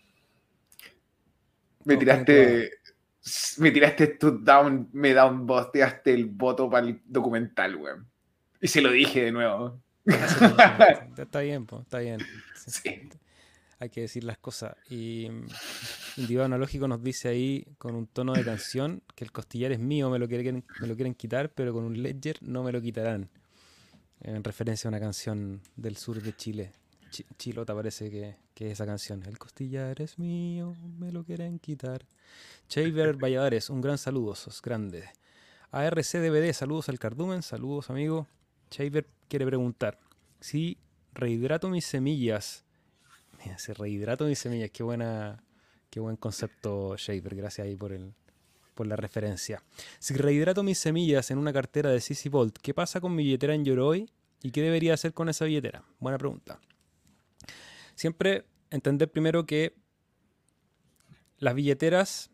me tiraste tu down, me downvoteaste el voto para el documental, weón. Y se lo dije de nuevo. Está bien, po, está bien. Sí. Hay que decir las cosas. Y Individuo Analógico nos dice ahí con un tono de canción que el costillar es mío, me lo quieren quitar, pero con un ledger no me lo quitarán. En referencia a una canción del sur de Chile. Chilota parece que es esa canción. El costillar es mío, me lo quieren quitar. Shaver Valladares, un gran saludo, sos grande. ARCDBD, saludos al cardumen, saludos amigo. Shaver quiere preguntar, si rehidrato mis semillas, mira, si rehidrato mis semillas, qué buen concepto, Shaver, gracias ahí por la referencia. Si rehidrato mis semillas en una cartera de CC Vault, ¿qué pasa con mi billetera en Yoroi? ¿Y qué debería hacer con esa billetera? Buena pregunta. Siempre entender primero que las billeteras...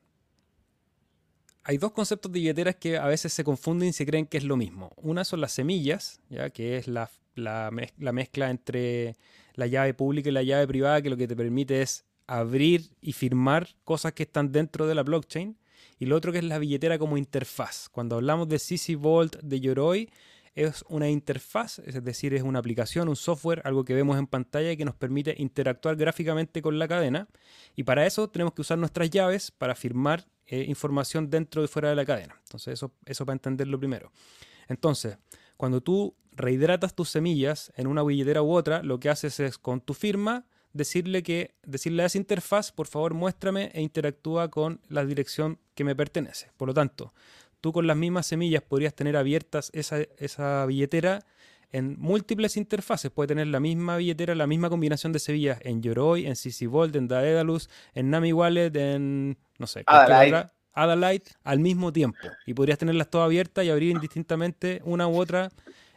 Hay dos conceptos de billeteras que a veces se confunden y se creen que es lo mismo. Una son las semillas, ¿ya? Que es la mezcla entre la llave pública y la llave privada, que lo que te permite es abrir y firmar cosas que están dentro de la blockchain. Y lo otro que es la billetera como interfaz. Cuando hablamos de CC Vault de Yoroi, es una interfaz, es decir, es una aplicación, un software, algo que vemos en pantalla que nos permite interactuar gráficamente con la cadena. Y para eso tenemos que usar nuestras llaves para firmar información dentro y fuera de la cadena. Entonces, eso para entenderlo primero. Entonces, cuando tú rehidratas tus semillas en una billetera u otra, lo que haces es con tu firma decirle a esa interfaz, por favor, muéstrame e interactúa con la dirección que me pertenece. Por lo tanto, tú con las mismas semillas podrías tener abiertas esa billetera en múltiples interfaces. Puede tener la misma billetera, la misma combinación de semillas en Yoroi, en CC Vault, en Daedalus, en Nami Wallet, en, no sé, cualquier Adalai. otra, Adalite, al mismo tiempo. Y podrías tenerlas todas abiertas y abrir indistintamente una u otra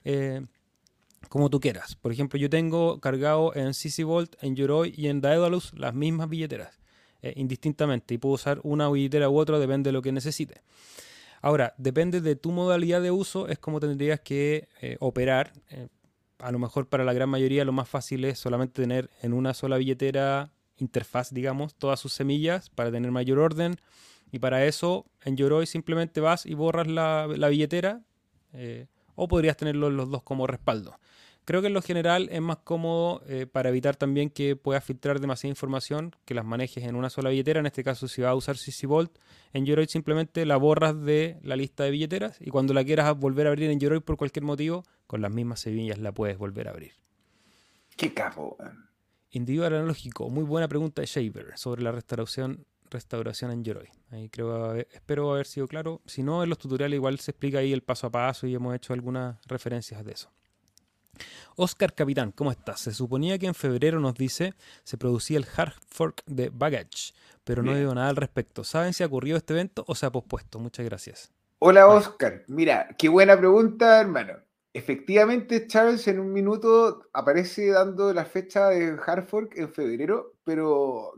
como tú quieras. Por ejemplo, yo tengo cargado en CC Vault, en Yoroi y en Daedalus las mismas billeteras, indistintamente. Y puedo usar una billetera u otra, depende de lo que necesite. Ahora, depende de tu modalidad de uso, es como tendrías que operar. A lo mejor para la gran mayoría lo más fácil es solamente tener en una sola billetera interfaz, digamos, todas sus semillas para tener mayor orden. Y para eso en Yoroi simplemente vas y borras la billetera, o podrías tenerlos los dos como respaldo. Creo que en lo general es más cómodo para evitar también que puedas filtrar demasiada información, que las manejes en una sola billetera. En este caso, si vas a usar CC Vault, en Yoroi simplemente la borras de la lista de billeteras y cuando la quieras volver a abrir en Yoroi por cualquier motivo, con las mismas semillas la puedes volver a abrir. Qué capo, weón. Individual analógico, muy buena pregunta de Shaver sobre la restauración en Yoroi. Ahí espero haber sido claro. Si no, en los tutoriales igual se explica ahí el paso a paso y hemos hecho algunas referencias de eso. Oscar Capitán, ¿cómo estás? Se suponía que en febrero, nos dice, se producía el hard fork de Baggage, pero no Bien. digo nada al respecto. ¿Saben si ha ocurrido este evento o se ha pospuesto? Muchas gracias. Hola Mike. Oscar, mira, qué buena pregunta, hermano. Efectivamente, Charles en un minuto aparece dando la fecha de Hard Fork en febrero, pero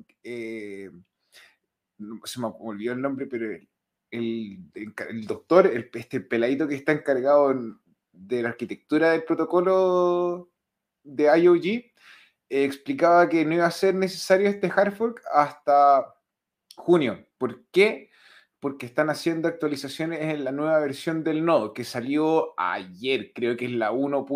se me olvidó el nombre, pero el doctor, este peladito que está encargado de la arquitectura del protocolo de IOG, explicaba que no iba a ser necesario este hard fork hasta junio. ¿Por qué? Porque están haciendo actualizaciones en la nueva versión del nodo, que salió ayer, creo que es la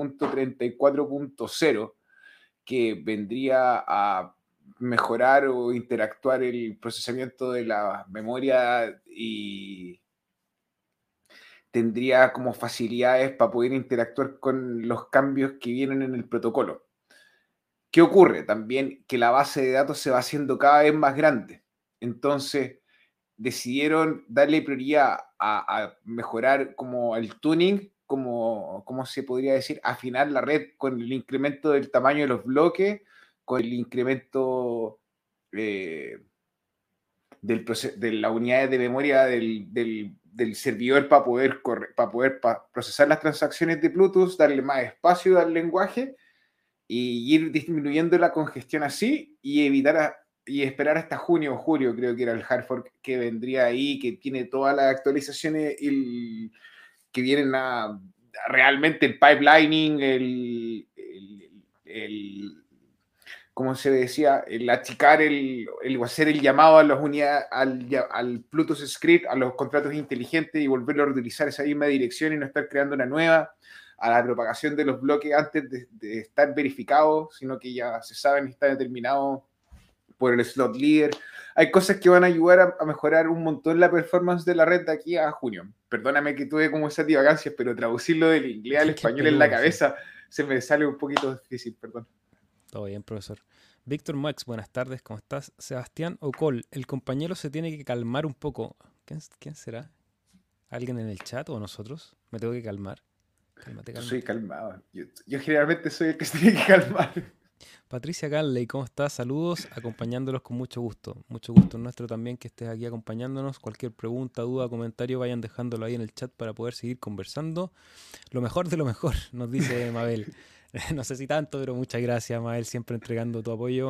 1.34.0, que vendría a mejorar o interactuar el procesamiento de la memoria y tendría como facilidades para poder interactuar con los cambios que vienen en el protocolo. ¿Qué ocurre? También que la base de datos se va haciendo cada vez más grande. Entonces, decidieron darle prioridad a mejorar como el tuning, como se podría decir, afinar la red con el incremento del tamaño de los bloques, con el incremento eh, de las unidades de memoria del servidor para poder procesar las transacciones de Bluetooth, darle más espacio al lenguaje y ir disminuyendo la congestión así y y esperar hasta junio o julio, creo que era el hard fork que vendría ahí, que tiene todas las actualizaciones que vienen realmente el pipelining, ¿cómo se decía? El achicar, hacer el llamado a las unidades, al Bluetooth script, a los contratos inteligentes y volverlo a utilizar esa misma dirección y no estar creando una nueva, a la propagación de los bloques antes de estar verificados, sino que ya se saben y está determinado por el slot leader. Hay cosas que van a ayudar a mejorar un montón la performance de la red de aquí a junio. Perdóname que tuve como esas divagancias, pero traducirlo del inglés al Qué español en la peludo, sí. cabeza se me sale un poquito difícil, perdón. Todo bien, profesor. Víctor Max, buenas tardes, ¿cómo estás? Sebastián Ocol, el compañero se tiene que calmar un poco. ¿Quién será? ¿Alguien en el chat o nosotros? Me tengo que calmar. Cálmate, Yo soy cálmate. calmado. Yo generalmente soy el que se tiene que calmar. Patricia Canley, ¿cómo estás? Saludos, acompañándolos con mucho gusto. Mucho gusto nuestro también que estés aquí acompañándonos. Cualquier pregunta, duda, comentario, vayan dejándolo ahí en el chat para poder seguir conversando. Lo mejor de lo mejor, nos dice Mabel. No sé si tanto, pero muchas gracias, Mabel, siempre entregando tu apoyo.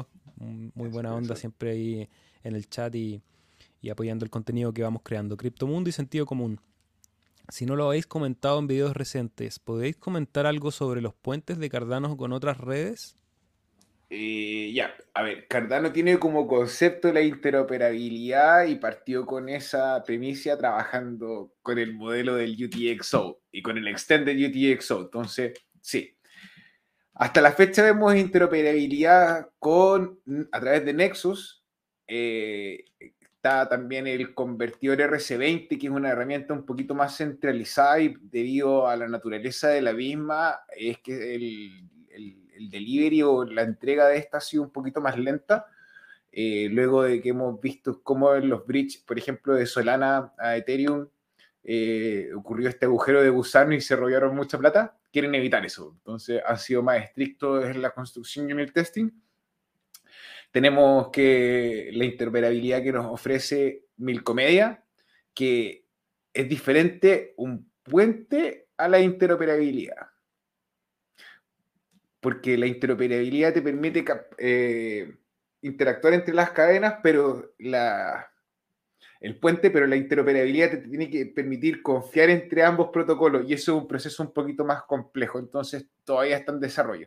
muy Eso, buena onda eso. siempre ahí en el chat y apoyando el contenido que vamos creando. Criptomundo y Sentido Común. Si no lo habéis comentado en videos recientes, ¿podéis comentar algo sobre los puentes de Cardano con otras redes? Ya, a ver, Cardano tiene como concepto la interoperabilidad y partió con esa premisa trabajando con el modelo del UTXO y con el Extended UTXO. Entonces, sí, hasta la fecha vemos interoperabilidad a través de Nexus. Está también el convertidor RC20, que es una herramienta un poquito más centralizada y debido a la naturaleza de la misma, es que el delivery o la entrega de esta ha sido un poquito más lenta. Luego de que hemos visto cómo en los bridges, por ejemplo, de Solana a Ethereum, ocurrió este agujero de gusano y se robaron mucha plata, quieren evitar eso. Entonces han sido más estrictos en la construcción y en el testing. Tenemos que la interoperabilidad que nos ofrece Milcomedia, que es diferente un puente a la interoperabilidad. Porque la interoperabilidad te permite interactuar entre las cadenas, pero el puente, pero la interoperabilidad te tiene que permitir confiar entre ambos protocolos y eso es un proceso un poquito más complejo, entonces todavía está en desarrollo.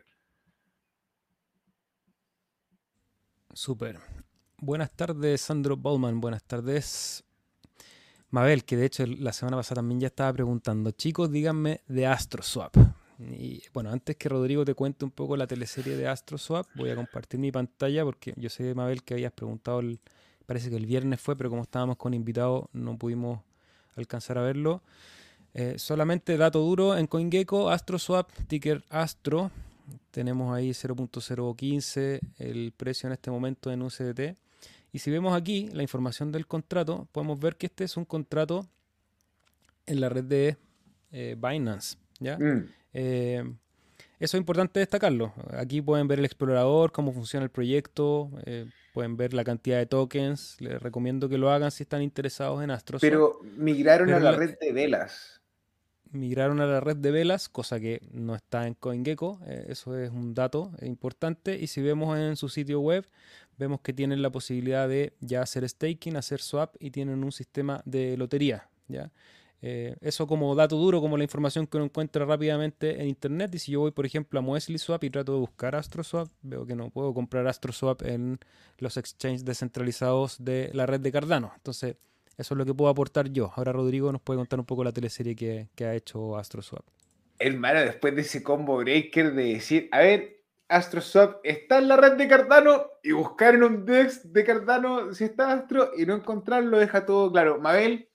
Súper. Buenas tardes, Sandro Bauman. Buenas tardes, Mabel, que de hecho la semana pasada también ya estaba preguntando. Chicos, díganme de AstroSwap. Y bueno, antes que Rodrigo te cuente un poco la teleserie de AstroSwap, voy a compartir mi pantalla porque yo sé, Mabel, que habías preguntado, parece que el viernes fue, pero como estábamos con invitados no pudimos alcanzar a verlo. Solamente dato duro en CoinGecko, AstroSwap, ticker Astro. Tenemos ahí 0.015 el precio en este momento en USDT. Y si vemos aquí la información del contrato, podemos ver que este es un contrato en la red de Binance, ¿ya? Mm. Eh, Eso es importante destacarlo. Aquí pueden ver el explorador, cómo funciona el proyecto, pueden ver la cantidad de tokens. Les recomiendo que lo hagan si están interesados en AstroSwap. Pero migraron a Pero la red de velas. migraron a la red de velas, cosa que no está en CoinGecko. Eso es un dato importante. Y si vemos en su sitio web, vemos que tienen la posibilidad de ya hacer staking, hacer swap y tienen un sistema de lotería, ¿ya? Eso como dato duro, como la información que uno encuentra rápidamente en internet. Y si yo voy, por ejemplo, a Muesli Swap y trato de buscar AstroSwap, veo que no puedo comprar AstroSwap en los exchanges descentralizados de la red de Cardano. Entonces, eso es lo que puedo aportar yo. Ahora Rodrigo nos puede contar un poco la teleserie que ha hecho AstroSwap. Hermano, después de ese combo breaker de decir, a ver, AstroSwap está en la red de Cardano y buscar en un DEX de Cardano si está Astro y no encontrarlo deja todo claro. Mabel,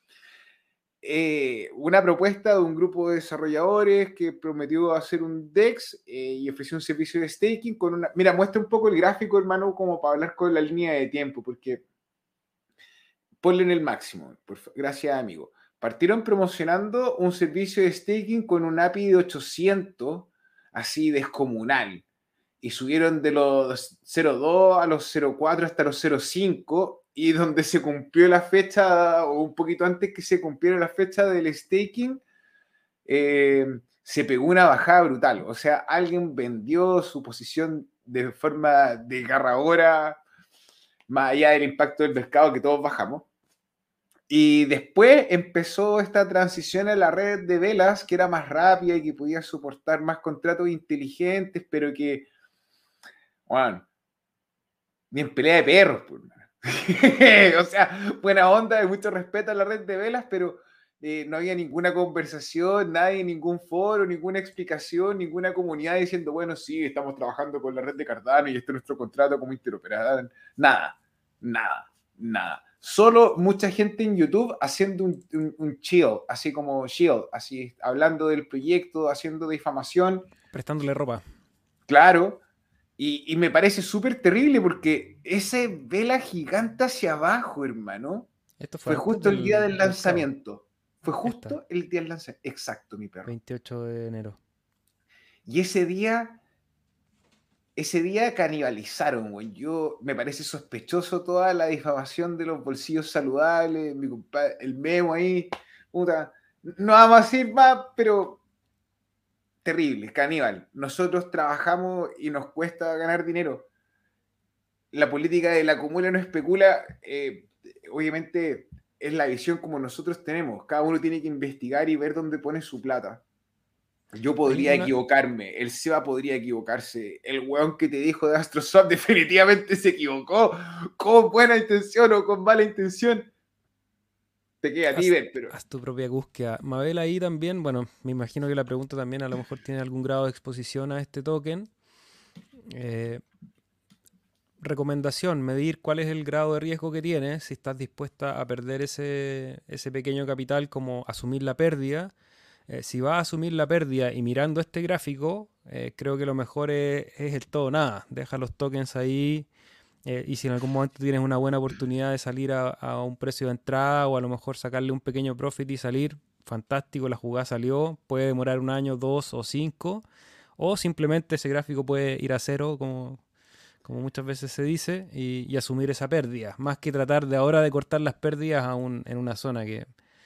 una propuesta de un grupo de desarrolladores que prometió hacer un DEX y ofreció un servicio de staking con una... Mira, muestra un poco el gráfico, hermano, como para hablar con la línea de tiempo, porque ponle en el máximo. Gracias, amigo. Partieron promocionando un servicio de staking con un API de 800, así descomunal. Y subieron de los 0.2 a los 0.4 hasta los 0.5, y donde se cumplió la fecha, o un poquito antes que se cumpliera la fecha del staking, se pegó una bajada brutal. O sea, alguien vendió su posición de forma desgarradora, más allá del impacto del mercado que todos bajamos. Y después empezó esta transición a la red de velas, que era más rápida y que podía soportar más contratos inteligentes, pero que, bueno, ni en pelea de perros. Pues. O sea, buena onda, de mucho respeto a la red de velas, pero no había ninguna conversación, nadie, ningún foro, ninguna explicación, ninguna comunidad diciendo, bueno, sí, estamos trabajando con la red de Cardano y este es nuestro contrato como interoperador. Nada, nada, nada. Solo mucha gente en YouTube haciendo un chill, así como shield, así hablando del proyecto, haciendo difamación, Prestándole ropa. claro, y me parece súper terrible porque ese vela gigante hacia abajo, hermano, Esto fue fue antes justo el día del del CAO. lanzamiento. Fue Esta, justo el día del lanzamiento. Exacto, mi perro. 28 de enero. Y ese día canibalizaron, güey. Yo me parece sospechoso toda la difamación de los bolsillos saludables, mi compadre, el memo ahí, puta. No vamos a decir más, pero terrible, caníbal. Nosotros trabajamos y nos cuesta ganar dinero. la política de la acumula no especula, obviamente es la visión como nosotros tenemos. Cada uno tiene que investigar y ver dónde pone su plata. Yo Hay podría una, equivocarme, el Seba podría equivocarse, el weón que te dijo de AstroSwap definitivamente se equivocó, con buena intención o con mala intención. Te queda a ti haz, ver, pero haz tu propia búsqueda. Mabel ahí también, bueno, me imagino que la pregunta también a lo mejor tiene algún grado de exposición a este token. Eh, Recomendación, medir cuál es el grado de riesgo que tienes, si estás dispuesta a perder ese pequeño capital, como asumir la pérdida. Si vas a asumir la pérdida y mirando este gráfico, creo que lo mejor es el todo o nada. Deja los tokens ahí, y si en algún momento tienes una buena oportunidad de salir a un precio de entrada o a lo mejor sacarle un pequeño profit y salir, fantástico, la jugada salió, puede demorar un año, dos o cinco, o simplemente ese gráfico puede ir a cero, como muchas veces se dice, y asumir esa pérdida, más que tratar de ahora de cortar las pérdidas en una zona que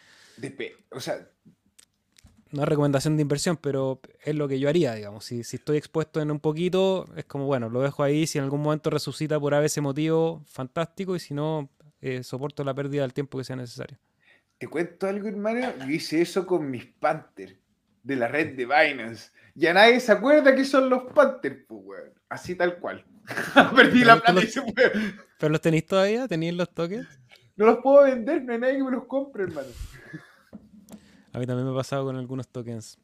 o sea, no es recomendación de inversión, pero es lo que yo haría, digamos. Si estoy expuesto en un poquito, es como, bueno, lo dejo ahí, si en algún momento resucita por ese motivo, fantástico, y si no, soporto la pérdida del tiempo que sea necesario. te cuento algo, hermano. Yo hice eso con mis Panthers de la red de Binance. Ya nadie se acuerda que son los Panthers, pues, weón. Así tal cual. Perdí ¿Pero, la plata y se fue. pero los tenéis todavía? ¿Tenéis los tokens? No los puedo vender, no hay nadie que me los compre, hermano. A mí también me ha pasado con algunos tokens.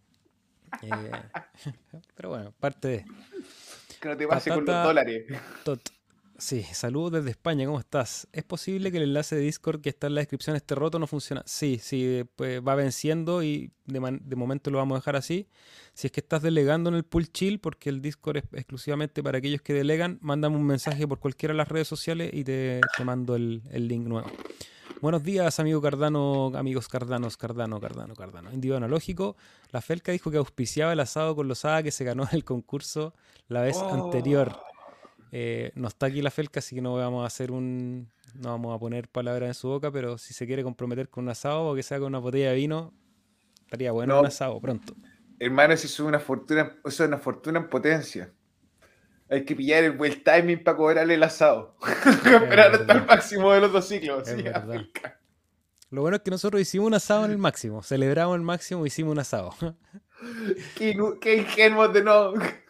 Eh, pero bueno, parte de... Que no te pase con los Patata dólares. Tot. Sí, saludos desde España, ¿cómo estás? ¿Es posible que el enlace de Discord que está en la descripción esté roto o no funciona? Sí, sí, pues va venciendo y de momento lo vamos a dejar así. Si es que estás delegando en el pool chill, porque el Discord es exclusivamente para aquellos que delegan, mándame un mensaje por cualquiera de las redes sociales y te mando el link nuevo. Buenos días, amigo Cardano, amigos Cardano. Individuo analógico. La Felca dijo que auspiciaba el asado con los losada que se ganó en el concurso la vez anterior. Oh, No está aquí la Felca, así que no vamos a hacer no vamos a poner palabras en su boca, pero si se quiere comprometer con un asado o que sea con una botella de vino, estaría bueno un no, asado pronto. hermano, eso es una fortuna en potencia. Hay que pillar el buen timing para cobrarle el asado. Es Esperar hasta el verdad, máximo de los dos ciclos. es Sí, verdad. Lo bueno es que nosotros hicimos un asado en el máximo, celebramos el máximo, hicimos un asado. qué ingenuos de no.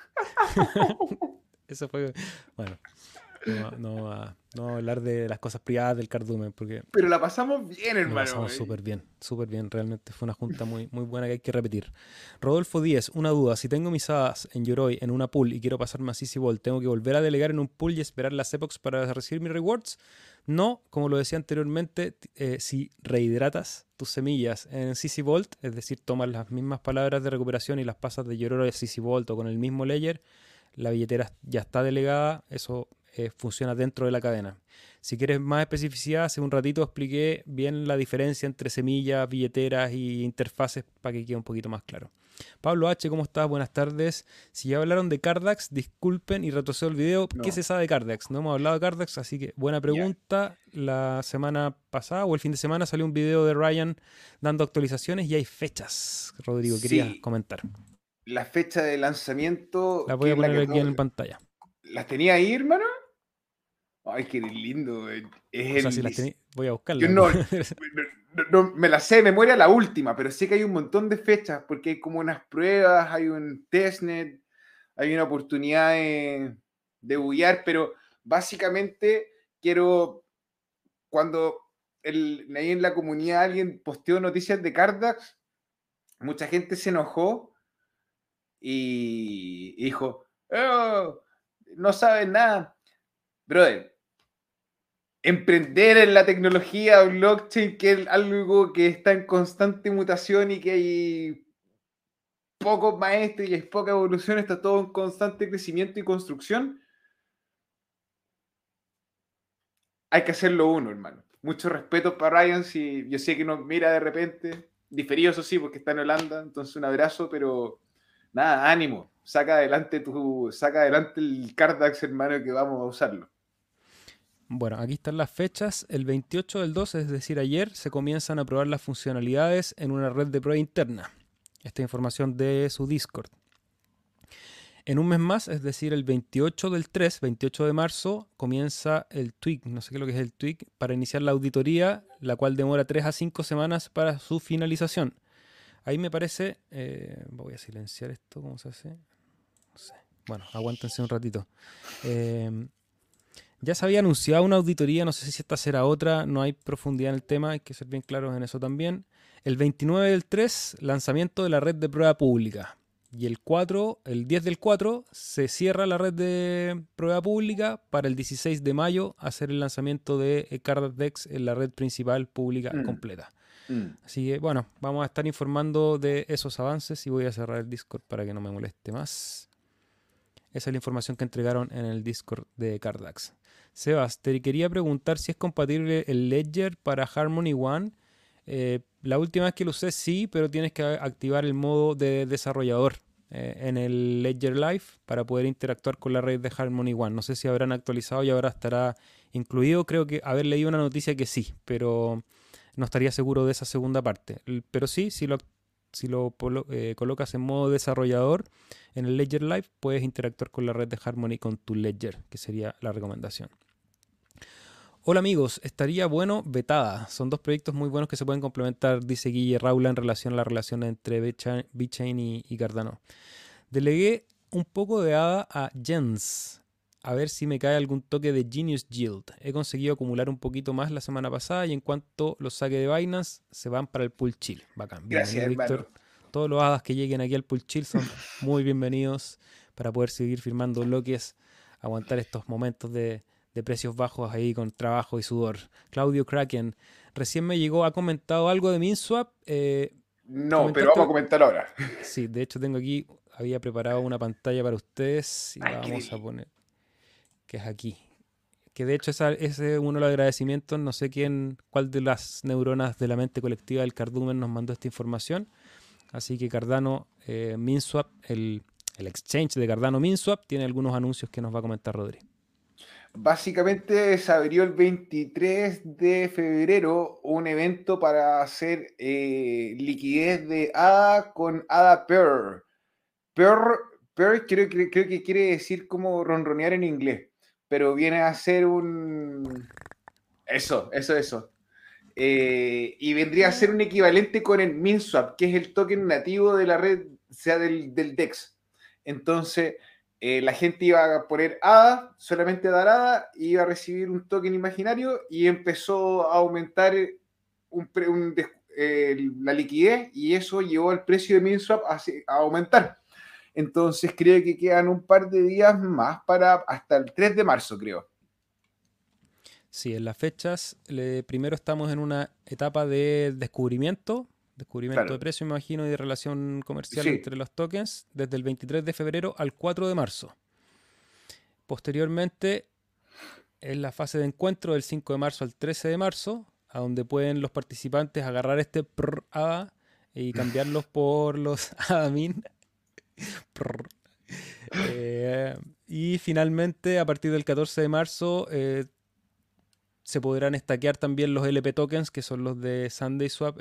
Eso fue, bueno, no vamos a hablar de las cosas privadas del cardumen, porque Pero la pasamos bien, lo hermano. pasamos súper bien. Realmente fue una junta muy, muy buena que hay que repetir. Rodolfo Díez, una duda. Si tengo mis hadas en Yoroi en una pool y quiero pasarme a CC Vault, ¿tengo que volver a delegar en un pool y esperar las epochs para recibir mis rewards? No, como lo decía anteriormente, si rehidratas tus semillas en CC Vault, es decir, tomas las mismas palabras de recuperación y las pasas de Yoroi a CC Vault o con el mismo layer, la billetera ya está delegada, eso funciona dentro de la cadena. Si quieres más especificidad, hace un ratito expliqué bien la diferencia entre semillas, billeteras y interfaces para que quede un poquito más claro. Pablo H., ¿cómo estás? Buenas tardes. Si ya hablaron de Cardax, disculpen y retrocedo el video. ¿Qué se No, sabe de Cardax? No hemos hablado de Cardax, así que buena ya. pregunta. La semana pasada o el fin de semana salió un video de Ryan dando actualizaciones y hay fechas. Rodrigo, quería Sí, comentar. la fecha de lanzamiento, La voy que a es la poner que aquí en pantalla. ¿las tenía ahí, hermano? Ay, qué lindo, güey. Es O sea, si el. las tenéis, voy a Yo buscarlas. no, me la sé de memoria la última, pero sé que hay un montón de fechas, porque hay como unas pruebas, hay un testnet, hay una oportunidad de buguear, pero básicamente quiero, cuando ahí en la comunidad alguien posteó noticias de Cardax, mucha gente se enojó y dijo, "Oh, no saben nada. Brother, emprender en la tecnología blockchain, que es algo que está en constante mutación y que hay pocos maestros y hay poca evolución, está todo en constante crecimiento y construcción, hay que hacerlo uno, hermano. Mucho respeto para Ryan, si yo sé que nos mira de repente, diferido eso sí, porque está en Holanda, entonces un abrazo, pero nada, ánimo, saca adelante el Cardax, hermano, que vamos a usarlo. Bueno, aquí están las fechas. El 28 del 2, es decir, ayer, se comienzan a probar las funcionalidades en una red de prueba interna. Esta información de su Discord. En un mes más, es decir, el 28 del 3, 28 de marzo, comienza el tweak, no sé qué es lo que es el tweak, para iniciar la auditoría, la cual demora 3 a 5 semanas para su finalización. Ahí me parece, voy a silenciar esto, ¿cómo se hace? No sé. Bueno, aguántense un ratito. Eh, ya se había anunciado una auditoría, no sé si esta será otra, no hay profundidad en el tema, hay que ser bien claros en eso también. El 29 del 3, lanzamiento de la red de prueba pública. Y el 4, el 10 del 4, se cierra la red de prueba pública para el 16 de mayo hacer el lanzamiento de Cardadex en la red principal pública Mm, completa. mm. Así que bueno, vamos a estar informando de esos avances y voy a cerrar el Discord para que no me moleste más. Esa es la información que entregaron en el Discord de Cardax. Sebas, te quería preguntar si es compatible el Ledger para Harmony One. La última vez que lo usé sí, pero tienes que activar el modo de desarrollador en el Ledger Live para poder interactuar con la red de Harmony One. No sé si habrán actualizado y ahora estará incluido. Creo que haber leído una noticia que sí, pero no estaría seguro de esa segunda parte. Pero sí, si lo colocas en modo desarrollador en el Ledger Live, puedes interactuar con la red de Harmony con tu Ledger, que sería la recomendación. Hola amigos, estaría bueno Vetada. Son dos proyectos muy buenos que se pueden complementar, dice Guille Raula, en relación a la relación entre VeChain y Cardano. Delegué un poco de ADA a Jens, a ver si me cae algún toque de Genius Yield. He conseguido acumular un poquito más la semana pasada y en cuanto los saque de Binance, se van para el pool chill. Bacán. Gracias, Bienvenido, Víctor. hermano. Todos los hadas que lleguen aquí al pool chill son muy bienvenidos para poder seguir firmando bloques, aguantar estos momentos de precios bajos ahí con trabajo y sudor. Claudio Kraken, recién me llegó, ha comentado algo de MinSwap. No, pero vamos a Comentaste, comentar ahora. sí, de hecho tengo aquí, había preparado una pantalla para ustedes y Ay, la qué vamos a delicia. poner, que es aquí. Que de hecho ese es uno de los agradecimientos, no sé cuál de las neuronas de la mente colectiva del cardumen nos mandó esta información. Así que Cardano MinSwap, el exchange de Cardano MinSwap, tiene algunos anuncios que nos va a comentar Rodri. Básicamente se abrió el 23 de febrero un evento para hacer liquidez de ADA con ADA Pair. Pair creo que quiere decir como ronronear en inglés, pero viene a ser un... Eso. Y vendría a ser un equivalente con el MinSwap, que es el token nativo de la red, o sea, del DEX. Entonces, la gente iba a poner ADA, solamente dar ADA, y iba a recibir un token imaginario y empezó a aumentar la liquidez y eso llevó al precio de MinSwap a aumentar. Entonces, creo que quedan un par de días más para hasta el 3 de marzo, creo. Sí, en las fechas, primero estamos en una etapa de descubrimiento de Claro, precio, me imagino, y de relación comercial sí. entre los tokens, desde el 23 de febrero al 4 de marzo. Posteriormente, es la fase de encuentro del 5 de marzo al 13 de marzo, a donde pueden los participantes agarrar este ADA y cambiarlos por los ADAMIN. Y finalmente, a partir del 14 de marzo, se podrán estaquear también los LP tokens, que son los de SundaySwap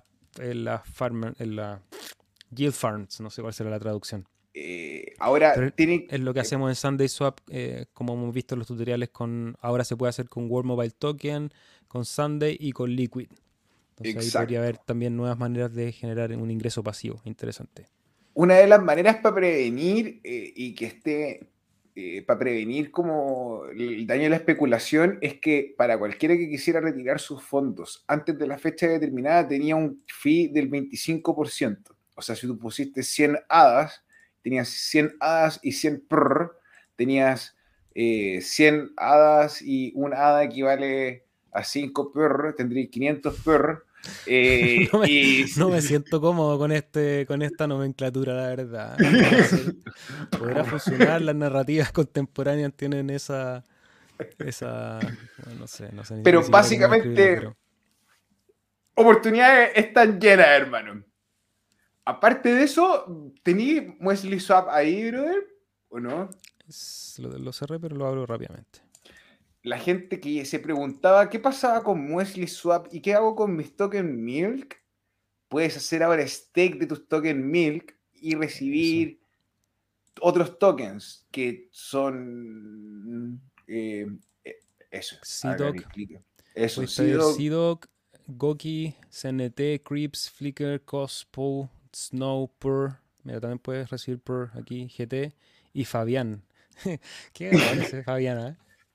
en la Yield Farms, no sé cuál será la traducción. Ahora, Pero es lo que hacemos en SundaySwap, como hemos visto en los tutoriales, ahora se puede hacer con World Mobile Token, con Sunday y con Liquid. Entonces ahí podría haber exacto. también nuevas maneras de generar un ingreso pasivo. Interesante. Una de las maneras para prevenir y que esté, para prevenir como el daño de la especulación es que para cualquiera que quisiera retirar sus fondos antes de la fecha determinada tenía un fee del 25%. O sea, si tú pusiste 100 hadas, tenías 100 hadas y 100 PRR, tenías 100 hadas y un hada equivale a 5 PRR, tendrías 500 PRR. No me, Y no me siento cómodo con esta nomenclatura, la verdad. Podrá funcionar, las narrativas contemporáneas tienen bueno, no sé ni pero siquiera cómo describirlo, básicamente pero oportunidades están llenas, hermano. Aparte de eso, ¿tení Wesley Swap ahí, brother? ¿O no? lo cerré, pero lo abro rápidamente. La gente que se preguntaba qué pasaba con Wesley Swap y qué hago con mis tokens Milk, puedes hacer ahora stake de tus tokens Milk y Eso. recibir otros tokens que son eso, hagan CDOC. el clic. Eso, Puedes ver CDOC. CDOC, Goki, CNT, Creeps, Flickr, Cospo, Snow, Purr. Mira, también puedes recibir Purr aquí, GT. Y Fabián. Qué raro ese Fabián, ¿eh?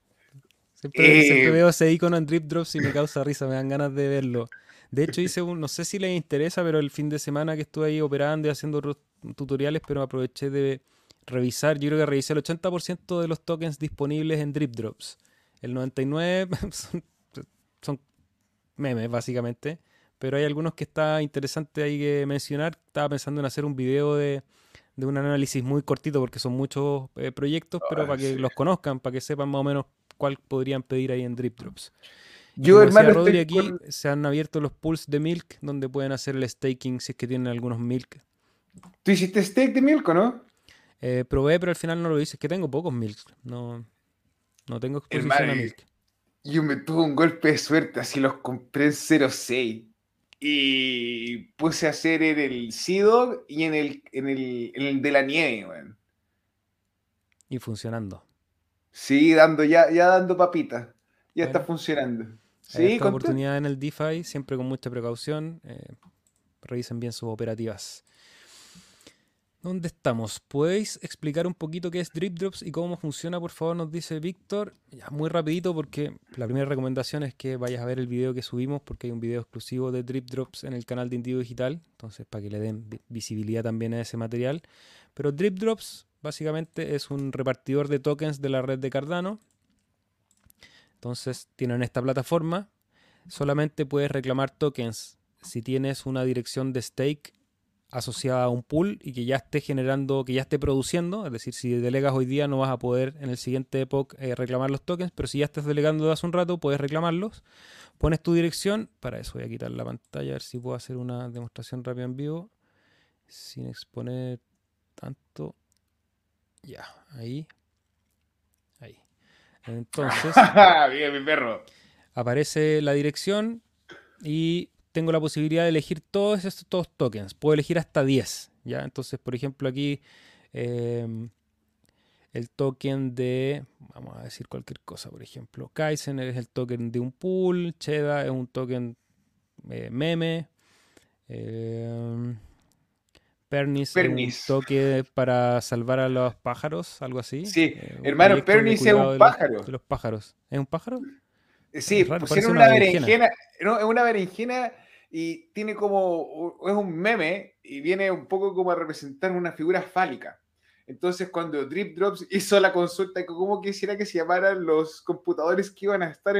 Siempre Eh, veo ese icono en Drip Drops y me causa risa, me dan ganas de verlo. De hecho, no sé si les interesa, pero el fin de semana que estuve ahí operando y haciendo otros tutoriales, pero aproveché de revisar, yo creo que revisé el 80% de los tokens disponibles en Drip Drops. El 99% son memes, básicamente. Pero hay algunos que está interesante ahí que mencionar. Estaba pensando en hacer un video de un análisis muy cortito porque son muchos proyectos, pero para que sí. los conozcan, para que sepan más o menos cuál podrían pedir ahí en Drip Drops. Y Yo, como decía hermano, Rodri estoy aquí, con. se han abierto los pools de Milk donde pueden hacer el staking si es que tienen algunos Milk. ¿Tú hiciste steak de Milk, o no? Probé, pero al final no lo hice. Es que tengo pocos Milk. No, no tengo exposición Hermano, a Milk. yo me tuve un golpe de suerte, así los compré en 0.6 y puse a hacer en el Sea y en el de la nieve, weón. Y funcionando. Sí, ya dando papitas. Ya está Bueno, funcionando. hay Sí, harta contento. oportunidad en el DeFi, siempre con mucha precaución. Revisen bien sus operativas. ¿Dónde estamos? ¿Podéis explicar un poquito qué es Drip Drops y cómo funciona, por favor? Nos dice Víctor. Ya, muy rapidito porque la primera recomendación es que vayas a ver el video que subimos porque hay un video exclusivo de Drip Drops en el canal de Indigo Digital. Entonces, para que le den visibilidad también a ese material. Pero Drip Drops básicamente es un repartidor de tokens de la red de Cardano. Entonces, tienen esta plataforma. Solamente puedes reclamar tokens si tienes una dirección de stake asociada a un pool y que ya esté generando, que ya esté produciendo, es decir, si delegas hoy día no vas a poder en el siguiente epoch reclamar los tokens, pero si ya estás delegando de hace un rato, puedes reclamarlos. Pones tu dirección, para eso voy a quitar la pantalla, a ver si puedo hacer una demostración rápida en vivo, sin exponer tanto. Ya, ahí, ahí. Entonces, Bien, mi perro. aparece la dirección y tengo la posibilidad de elegir todos estos tokens. Puedo elegir hasta 10, ¿ya? Entonces, por ejemplo, aquí eh, el token de, vamos a decir cualquier cosa, por ejemplo, Kaizen es el token de un pool, Cheda es un token meme, eh, Pernis es un Pernis. toque para salvar a los pájaros, algo así, Sí, un hermano, proyecto de Pernis es cuidado un de pájaro. los pájaros. ¿Es un pájaro? Sí, Es raro, parece pusieron una una berenjena. berenjena, no, es una berenjena y tiene como, es un meme y viene un poco como a representar una figura fálica. Entonces, cuando Drip Drops hizo la consulta de cómo quisiera que se llamaran los computadores que iban a estar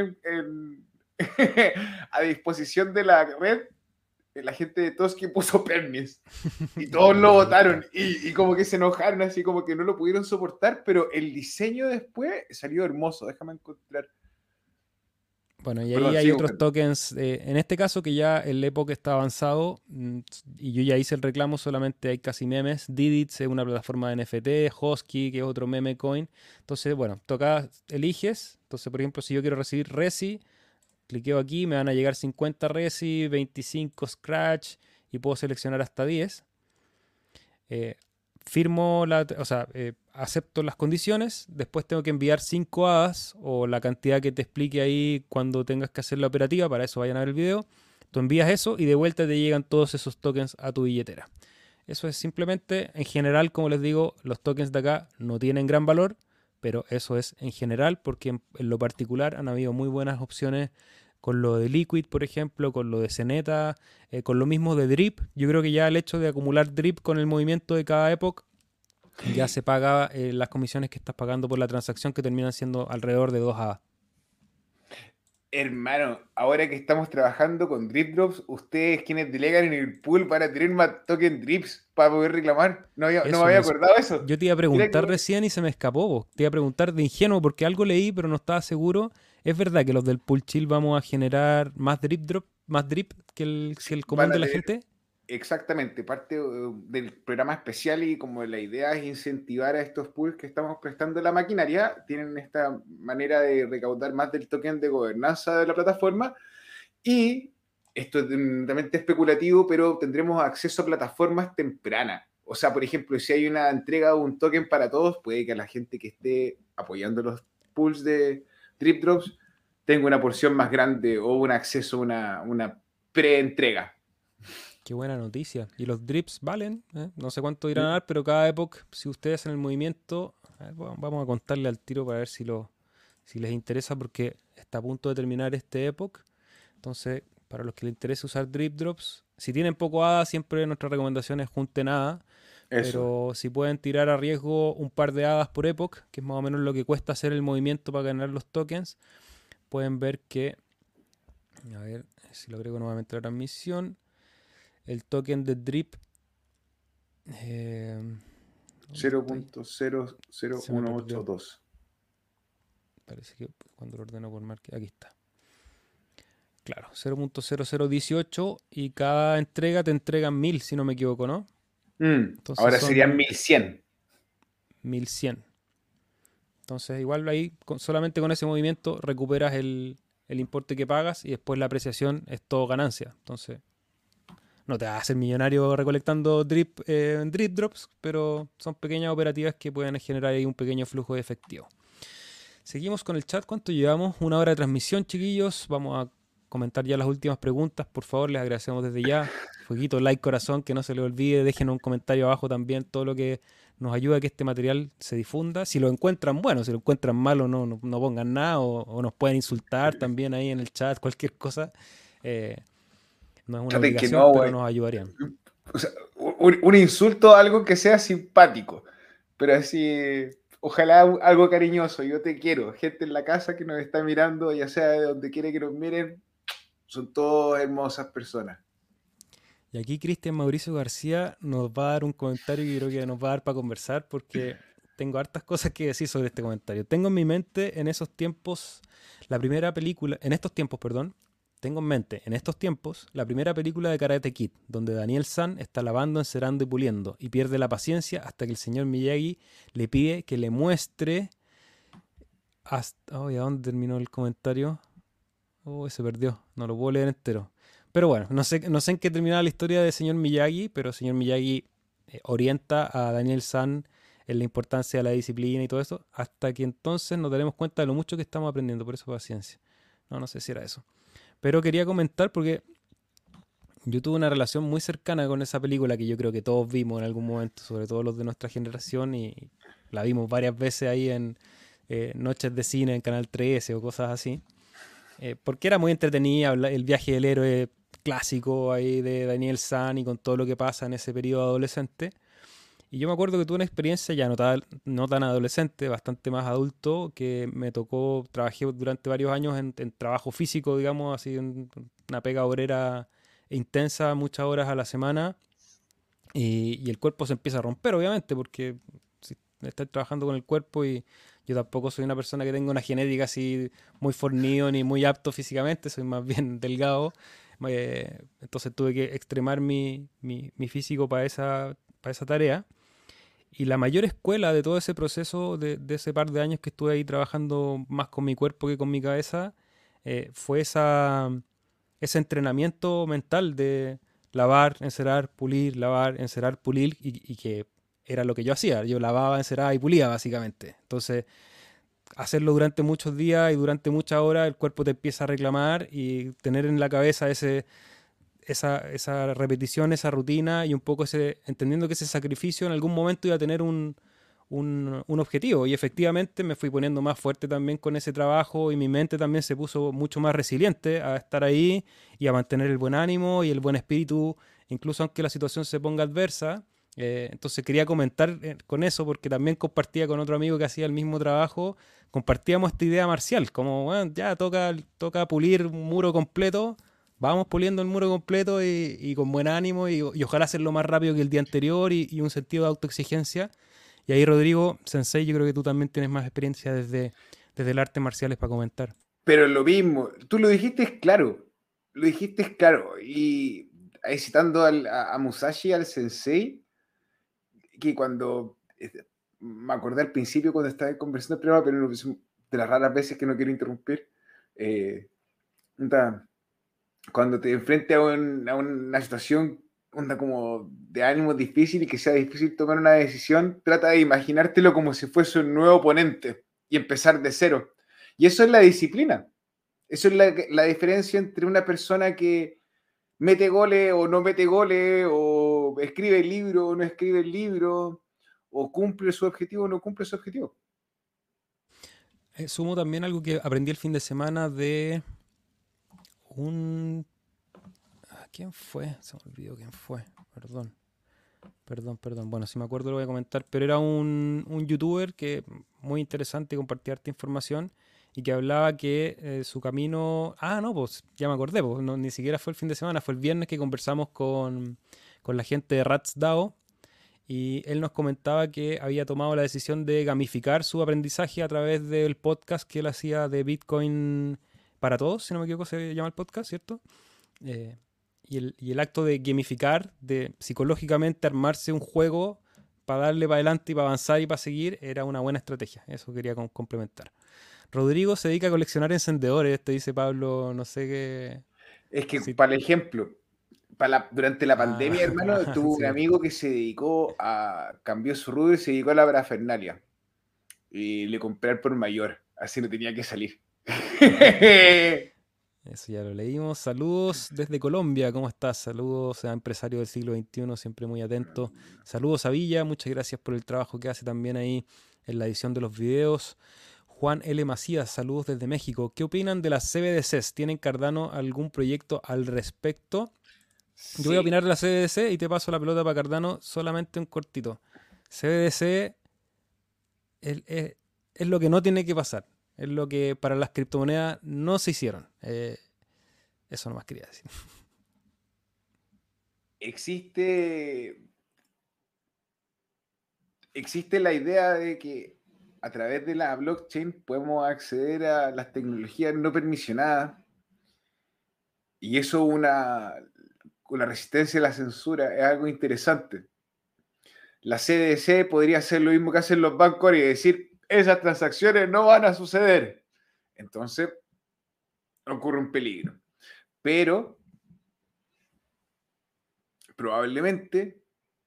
a disposición de la red, la gente de Toski puso Pernis y Ya, todos lo bueno, ahí votaron está. y como que se enojaron, así como que no lo pudieron soportar, pero el diseño después salió hermoso. Déjame encontrar. Bueno, y ahí Perdón, hay sigo otros buscando. tokens. En este caso, que ya el Epoch está avanzado y yo ya hice el reclamo, solamente hay casi memes. Didits es una plataforma de NFT, Hosky, que es otro meme coin. Entonces, bueno, toca, eliges. Entonces, por ejemplo, si yo quiero recibir Resi, cliqueo aquí, me van a llegar 50 Resi, 25 Scratch y puedo seleccionar hasta 10. Eh, o sea, acepto las condiciones, después tengo que enviar 5 hadas o la cantidad que te explique ahí cuando tengas que hacer la operativa, para eso vayan a ver el video. Tú envías eso y de vuelta te llegan todos esos tokens a tu billetera. Eso es simplemente, en general, como les digo, los tokens de acá no tienen gran valor, pero eso es en general porque en lo particular han habido muy buenas opciones con lo de Liquid, por ejemplo, con lo de Zeneta, con lo mismo de Drip. Yo creo que ya el hecho de acumular Drip con el movimiento de cada época ya se paga las comisiones que estás pagando por la transacción, que terminan siendo alrededor de 2 A. Hermano, ahora que estamos trabajando con Drip Drops, ustedes quienes delegan en el pool para tener más token Drips para poder reclamar. No me Eso había mismo. acordado de eso. Yo te iba a Mira que preguntar bueno. recién y se me escapó, po. Te iba a preguntar de ingenuo porque algo leí, pero no estaba seguro. ¿Es verdad que los del pool chill vamos a generar más drip que Sí, el común van de a la tener gente? exactamente parte del programa especial y como la idea es incentivar a estos pools que estamos prestando la maquinaria, tienen esta manera de recaudar más del token de gobernanza de la plataforma. Y esto es netamente especulativo, pero tendremos acceso a plataformas tempranas. O sea, por ejemplo, si hay una entrega de un token para todos, puede que la gente que esté apoyando los pools de Drip Drops tenga una porción más grande o un acceso a una pre-entrega. Qué buena noticia. Y los drips valen, ¿eh? No sé cuánto irán a ¿Mm? dar, pero cada Epoch, si ustedes en el movimiento, a ver, vamos a contarle al tiro para ver si les interesa, porque está a punto de terminar este Epoch. Entonces, para los que les interese usar drip drops, si tienen poco ADA, siempre nuestra recomendación es junten ADA, Eso. pero si pueden tirar a riesgo un par de hadas por Epoch, que es más o menos lo que cuesta hacer el movimiento para ganar los tokens, pueden ver que, a ver si lo agrego nuevamente a la transmisión, el token de Drip, ¿dónde estoy? Se me perdió. 0.00182. Parece que cuando lo ordeno por marca, aquí está. Claro, 0.0018 y cada entrega te entregan 1000, si no me equivoco, ¿no? Entonces Ahora serían son 1100. 1100. Entonces, igual ahí, solamente con ese movimiento recuperas el importe que pagas y después la apreciación es todo ganancia. Entonces, no te vas a hacer millonario recolectando drip drops, pero son pequeñas operativas que pueden generar ahí un pequeño flujo de efectivo. Seguimos con el chat. ¿Cuánto llevamos? 1 hora de transmisión, chiquillos. Vamos a comentar ya las últimas preguntas. Por favor, les agradecemos desde ya. Fueguito, like, corazón, que no se les olvide. Dejen un comentario abajo también. Todo lo que nos ayuda a que este material se difunda. Si lo encuentran bueno, si lo encuentran malo, no pongan nada. O nos pueden insultar también ahí en el chat, cualquier cosa. Eh, no es una Fíjate que obligación, no, pero güey. nos ayudarían. O sea, un insulto a algo que sea simpático, pero así, ojalá algo cariñoso. Yo te quiero. Gente en la casa que nos está mirando, ya sea de donde quiere que nos miren, son todas hermosas personas. Y aquí Cristian Mauricio García nos va a dar un comentario que creo que nos va a dar para conversar porque tengo hartas cosas que decir sobre este comentario. Tengo en mi mente en esos tiempos la primera película, en estos tiempos, perdón, tengo en mente en estos tiempos la primera película de Karate Kid, donde Daniel San está lavando, encerando y puliendo y pierde la paciencia hasta que el señor Miyagi le pide que le muestre hasta... Oh, ¿y a dónde terminó el comentario? Oh, se perdió, no lo puedo leer entero. Pero bueno, no sé en qué terminaba la historia del señor Miyagi, pero el señor Miyagi orienta a Daniel San en la importancia de la disciplina y todo eso, hasta que entonces nos daremos cuenta de lo mucho que estamos aprendiendo, por eso paciencia. No sé si era eso. Pero quería comentar porque yo tuve una relación muy cercana con esa película que yo creo que todos vimos en algún momento, sobre todo los de nuestra generación, y la vimos varias veces ahí en noches de cine en Canal 13 o cosas así. Porque era muy entretenida el viaje del héroe clásico ahí de Daniel San y con todo lo que pasa en ese periodo adolescente. Y yo me acuerdo que tuve una experiencia ya no tan adolescente, bastante más adulto, que me tocó, trabajé durante varios años en trabajo físico, digamos, así en una pega obrera intensa, muchas horas a la semana, y el cuerpo se empieza a romper, obviamente, porque si estás trabajando con el cuerpo y yo tampoco soy una persona que tenga una genética así muy fornido ni muy apto físicamente, soy más bien delgado. Entonces tuve que extremar mi físico para esa tarea. Y la mayor escuela de todo ese proceso, de ese par de años que estuve ahí trabajando más con mi cuerpo que con mi cabeza, fue ese entrenamiento mental de lavar, encerar, pulir, y que era lo que yo hacía. Yo lavaba, enceraba y pulía, básicamente. Entonces, hacerlo durante muchos días y durante muchas horas, el cuerpo te empieza a reclamar y tener en la cabeza esa repetición, esa rutina y un poco entendiendo que ese sacrificio en algún momento iba a tener un objetivo. Y efectivamente me fui poniendo más fuerte también con ese trabajo y mi mente también se puso mucho más resiliente a estar ahí y a mantener el buen ánimo y el buen espíritu, incluso aunque la situación se ponga adversa. Entonces quería comentar con eso porque también compartía con otro amigo que hacía el mismo trabajo, compartíamos esta idea marcial, como bueno, ya toca pulir un muro completo, vamos puliendo el muro completo y con buen ánimo y ojalá hacerlo más rápido que el día anterior y un sentido de autoexigencia. Y ahí, Rodrigo, Sensei, yo creo que tú también tienes más experiencia desde el arte marciales para comentar. Pero lo mismo, tú lo dijiste claro, y ahí citando a Musashi, al sensei, que cuando, me acordé al principio cuando estaba conversando el programa, pero de las raras veces que no quiero interrumpir, eh, cuando te enfrentes a una situación onda como de ánimo difícil y que sea difícil tomar una decisión, trata de imaginártelo como si fuese un nuevo oponente y empezar de cero. Y eso es la disciplina. Eso es la diferencia entre una persona que mete goles o no mete goles, o escribe el libro o no escribe el libro, o cumple su objetivo o no cumple su objetivo. Sumo también algo que aprendí el fin de semana de un... ¿Quién fue? Se me olvidó quién fue. Perdón. Perdón. Bueno, si me acuerdo lo voy a comentar, pero era un youtuber que muy interesante y compartía harta información y que hablaba que su camino... Ah, no, pues ya me acordé, pues, no, ni siquiera fue el fin de semana, fue el viernes que conversamos con la gente de Rats DAO y él nos comentaba que había tomado la decisión de gamificar su aprendizaje a través del podcast que él hacía de Bitcoin para todos, si no me equivoco se llama el podcast, ¿cierto? Eh, y el acto de gamificar, de psicológicamente armarse un juego para darle para adelante y para avanzar y para seguir, era una buena estrategia. Eso quería complementar. Rodrigo se dedica a coleccionar encendedores, te dice Pablo, no sé qué. Es que, Si... para el ejemplo, durante la Ah, pandemia, hermano, tuvo un sí. amigo que se dedicó cambió su rubro y se dedicó a la parafernalia. Y le compré al por mayor, así no tenía que salir. Eso ya lo leímos. Saludos desde Colombia, ¿cómo estás? Saludos a empresario del siglo XXI, siempre muy atento. Saludos a Villa, muchas gracias por el trabajo que hace también ahí en la edición de los videos. Juan L. Macías, saludos desde México. ¿Qué opinan de las CBDCs? ¿Tienen Cardano algún proyecto al respecto? Yo voy a Sí, opinar de la CBDC y te paso la pelota para Cardano solamente un cortito. CBDC es lo que no tiene que pasar. Es lo que para las criptomonedas no se hicieron. Eso nomás quería decir. existe, existe la idea de que a través de la blockchain podemos acceder a las tecnologías no permisionadas, y eso con la resistencia a la censura es algo interesante. La CDC podría hacer lo mismo que hacen los bancos y decir, esas transacciones no van a suceder. Entonces ocurre un peligro. Pero probablemente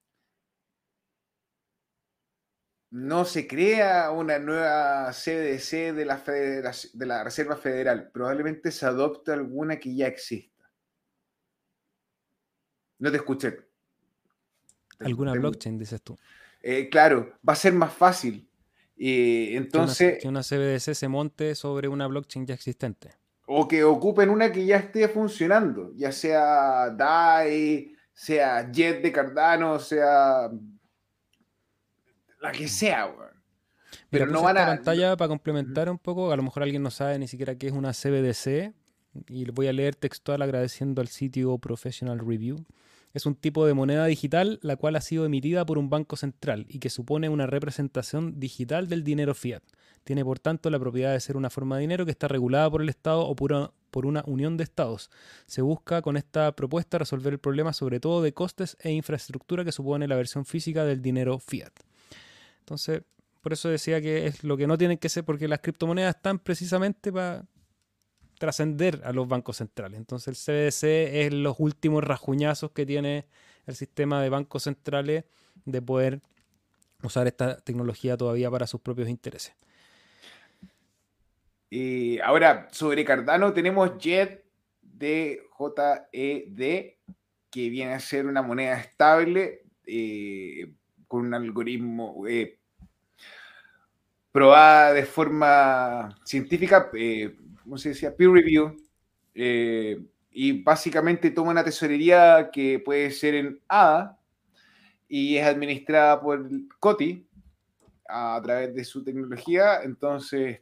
no se crea una nueva CDC de la Reserva Federal. Probablemente se adopte alguna que ya exista. No te escuché. ¿Alguna blockchain, dices tú? Claro, va a ser más fácil. Que Entonces, una CBDC se monte sobre una blockchain ya existente. o que ocupen una que ya esté funcionando, ya sea DAI, sea Jet de Cardano, sea la que Mm. sea, weón. Mira, Pero no puse van esta a... pantalla para Ujú. complementar un poco. A lo mejor alguien no sabe ni siquiera qué es una CBDC. Y le voy a leer textual agradeciendo al sitio Professional Review. Es un tipo de moneda digital la cual ha sido emitida por un banco central y que supone una representación digital del dinero fiat. Tiene por tanto la propiedad de ser una forma de dinero que está regulada por el Estado o por una unión de estados. Se busca con esta propuesta resolver el problema sobre todo de costes e infraestructura que supone la versión física del dinero fiat. Entonces, por eso decía que es lo que no tienen que ser, porque las criptomonedas están precisamente para trascender a los bancos centrales. Entonces el CBDC es los últimos rajuñazos que tiene el sistema de bancos centrales de poder usar esta tecnología todavía para sus propios intereses. Ahora, sobre Cardano tenemos Jet de JED, que viene a ser una moneda estable con un algoritmo probada de forma científica, ¿cómo se decía? Peer review, y básicamente toma una tesorería que puede ser en ADA y es administrada por COTI a través de su tecnología. Entonces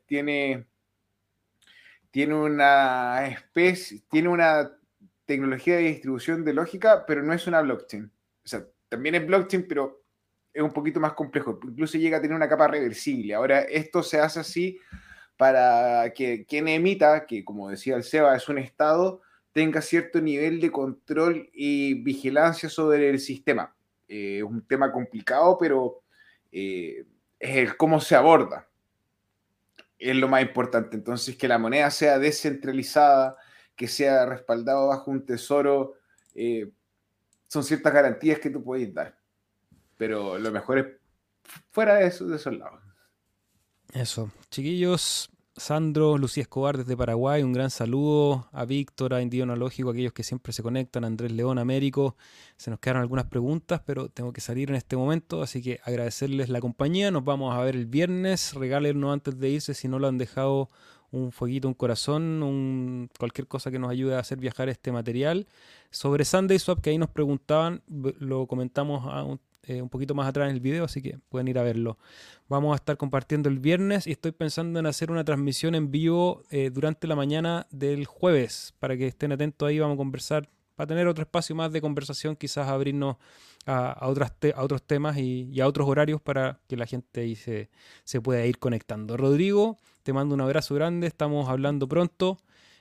tiene una tecnología de distribución de lógica, pero no es una blockchain. O sea, también es blockchain, pero es un poquito más complejo. Incluso llega a tener una capa reversible. Ahora, esto se hace así para que quien emita, que como decía el Seba, es un estado, tenga cierto nivel de control y vigilancia sobre el sistema. Es un tema complicado, pero es el cómo se aborda, es lo más importante. Entonces, que la moneda sea descentralizada, que sea respaldado bajo un tesoro, eh, son ciertas garantías que tú puedes dar. Pero lo mejor es fuera de, eso, de esos lados. Eso. Chiquillos, Sandro, Lucía Escobar desde Paraguay, un gran saludo a Víctor, a Indio Analógico, a aquellos que siempre se conectan, a Andrés León, Américo. Se nos quedaron algunas preguntas, pero tengo que salir en este momento, así que agradecerles la compañía. Nos vamos a ver el viernes. Regálenos antes de irse, si no lo han dejado, un fueguito, un corazón, cualquier cosa que nos ayude a hacer viajar este material. Sobre Sunday Swap, que ahí nos preguntaban, lo comentamos un poquito más atrás en el video, así que pueden ir a verlo. Vamos a estar compartiendo el viernes y estoy pensando en hacer una transmisión en vivo durante la mañana del jueves, para que estén atentos ahí. Vamos a conversar, para tener otro espacio más de conversación, quizás abrirnos a otros temas y a otros horarios para que la gente ahí se pueda ir conectando. Rodrigo, te mando un abrazo grande, estamos hablando pronto.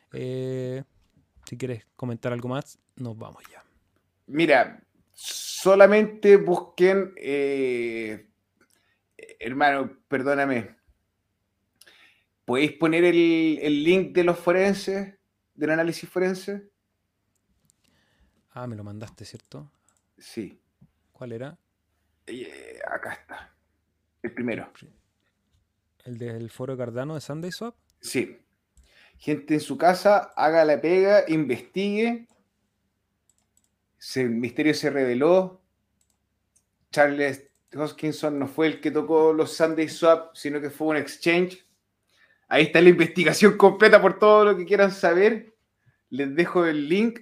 Si quieres comentar algo más, nos vamos ya. Mira, solamente busquen, hermano, perdóname, ¿podéis poner el link de los forenses, del análisis forense? Ah, me lo mandaste, ¿cierto? Sí, ¿Cuál era? acá está, el El, primero. el del foro Cardano de Sunday Swap. Sí, gente en su casa, haga la pega, investigue. El misterio se reveló. Charles Hoskinson no fue el que tocó los Sunday Swap, sino que fue un exchange. Ahí está la investigación completa por todo lo que quieran saber. Les dejo el link.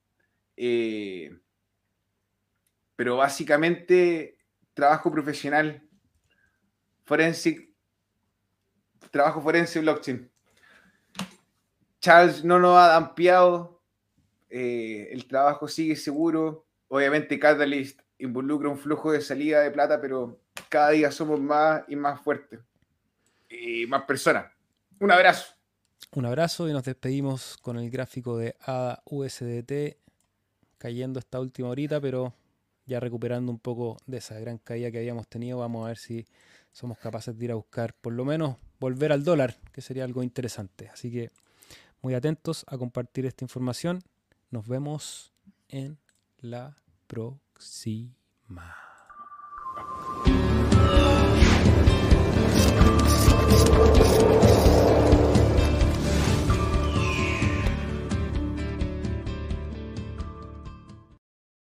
Pero básicamente, trabajo profesional, forensic, trabajo forense blockchain. Charles no nos ha ampliado. El trabajo sigue seguro. Obviamente, Catalyst involucra un flujo de salida de plata, pero cada día somos más y más fuertes. Y más personas. Un abrazo. Un abrazo y nos despedimos con el gráfico de ADA USDT cayendo esta última horita, pero ya recuperando un poco de esa gran caída que habíamos tenido. Vamos a ver si somos capaces de ir a buscar, por lo menos, volver al dólar, que sería algo interesante. Así que muy atentos a compartir esta información. Nos vemos en la próxima.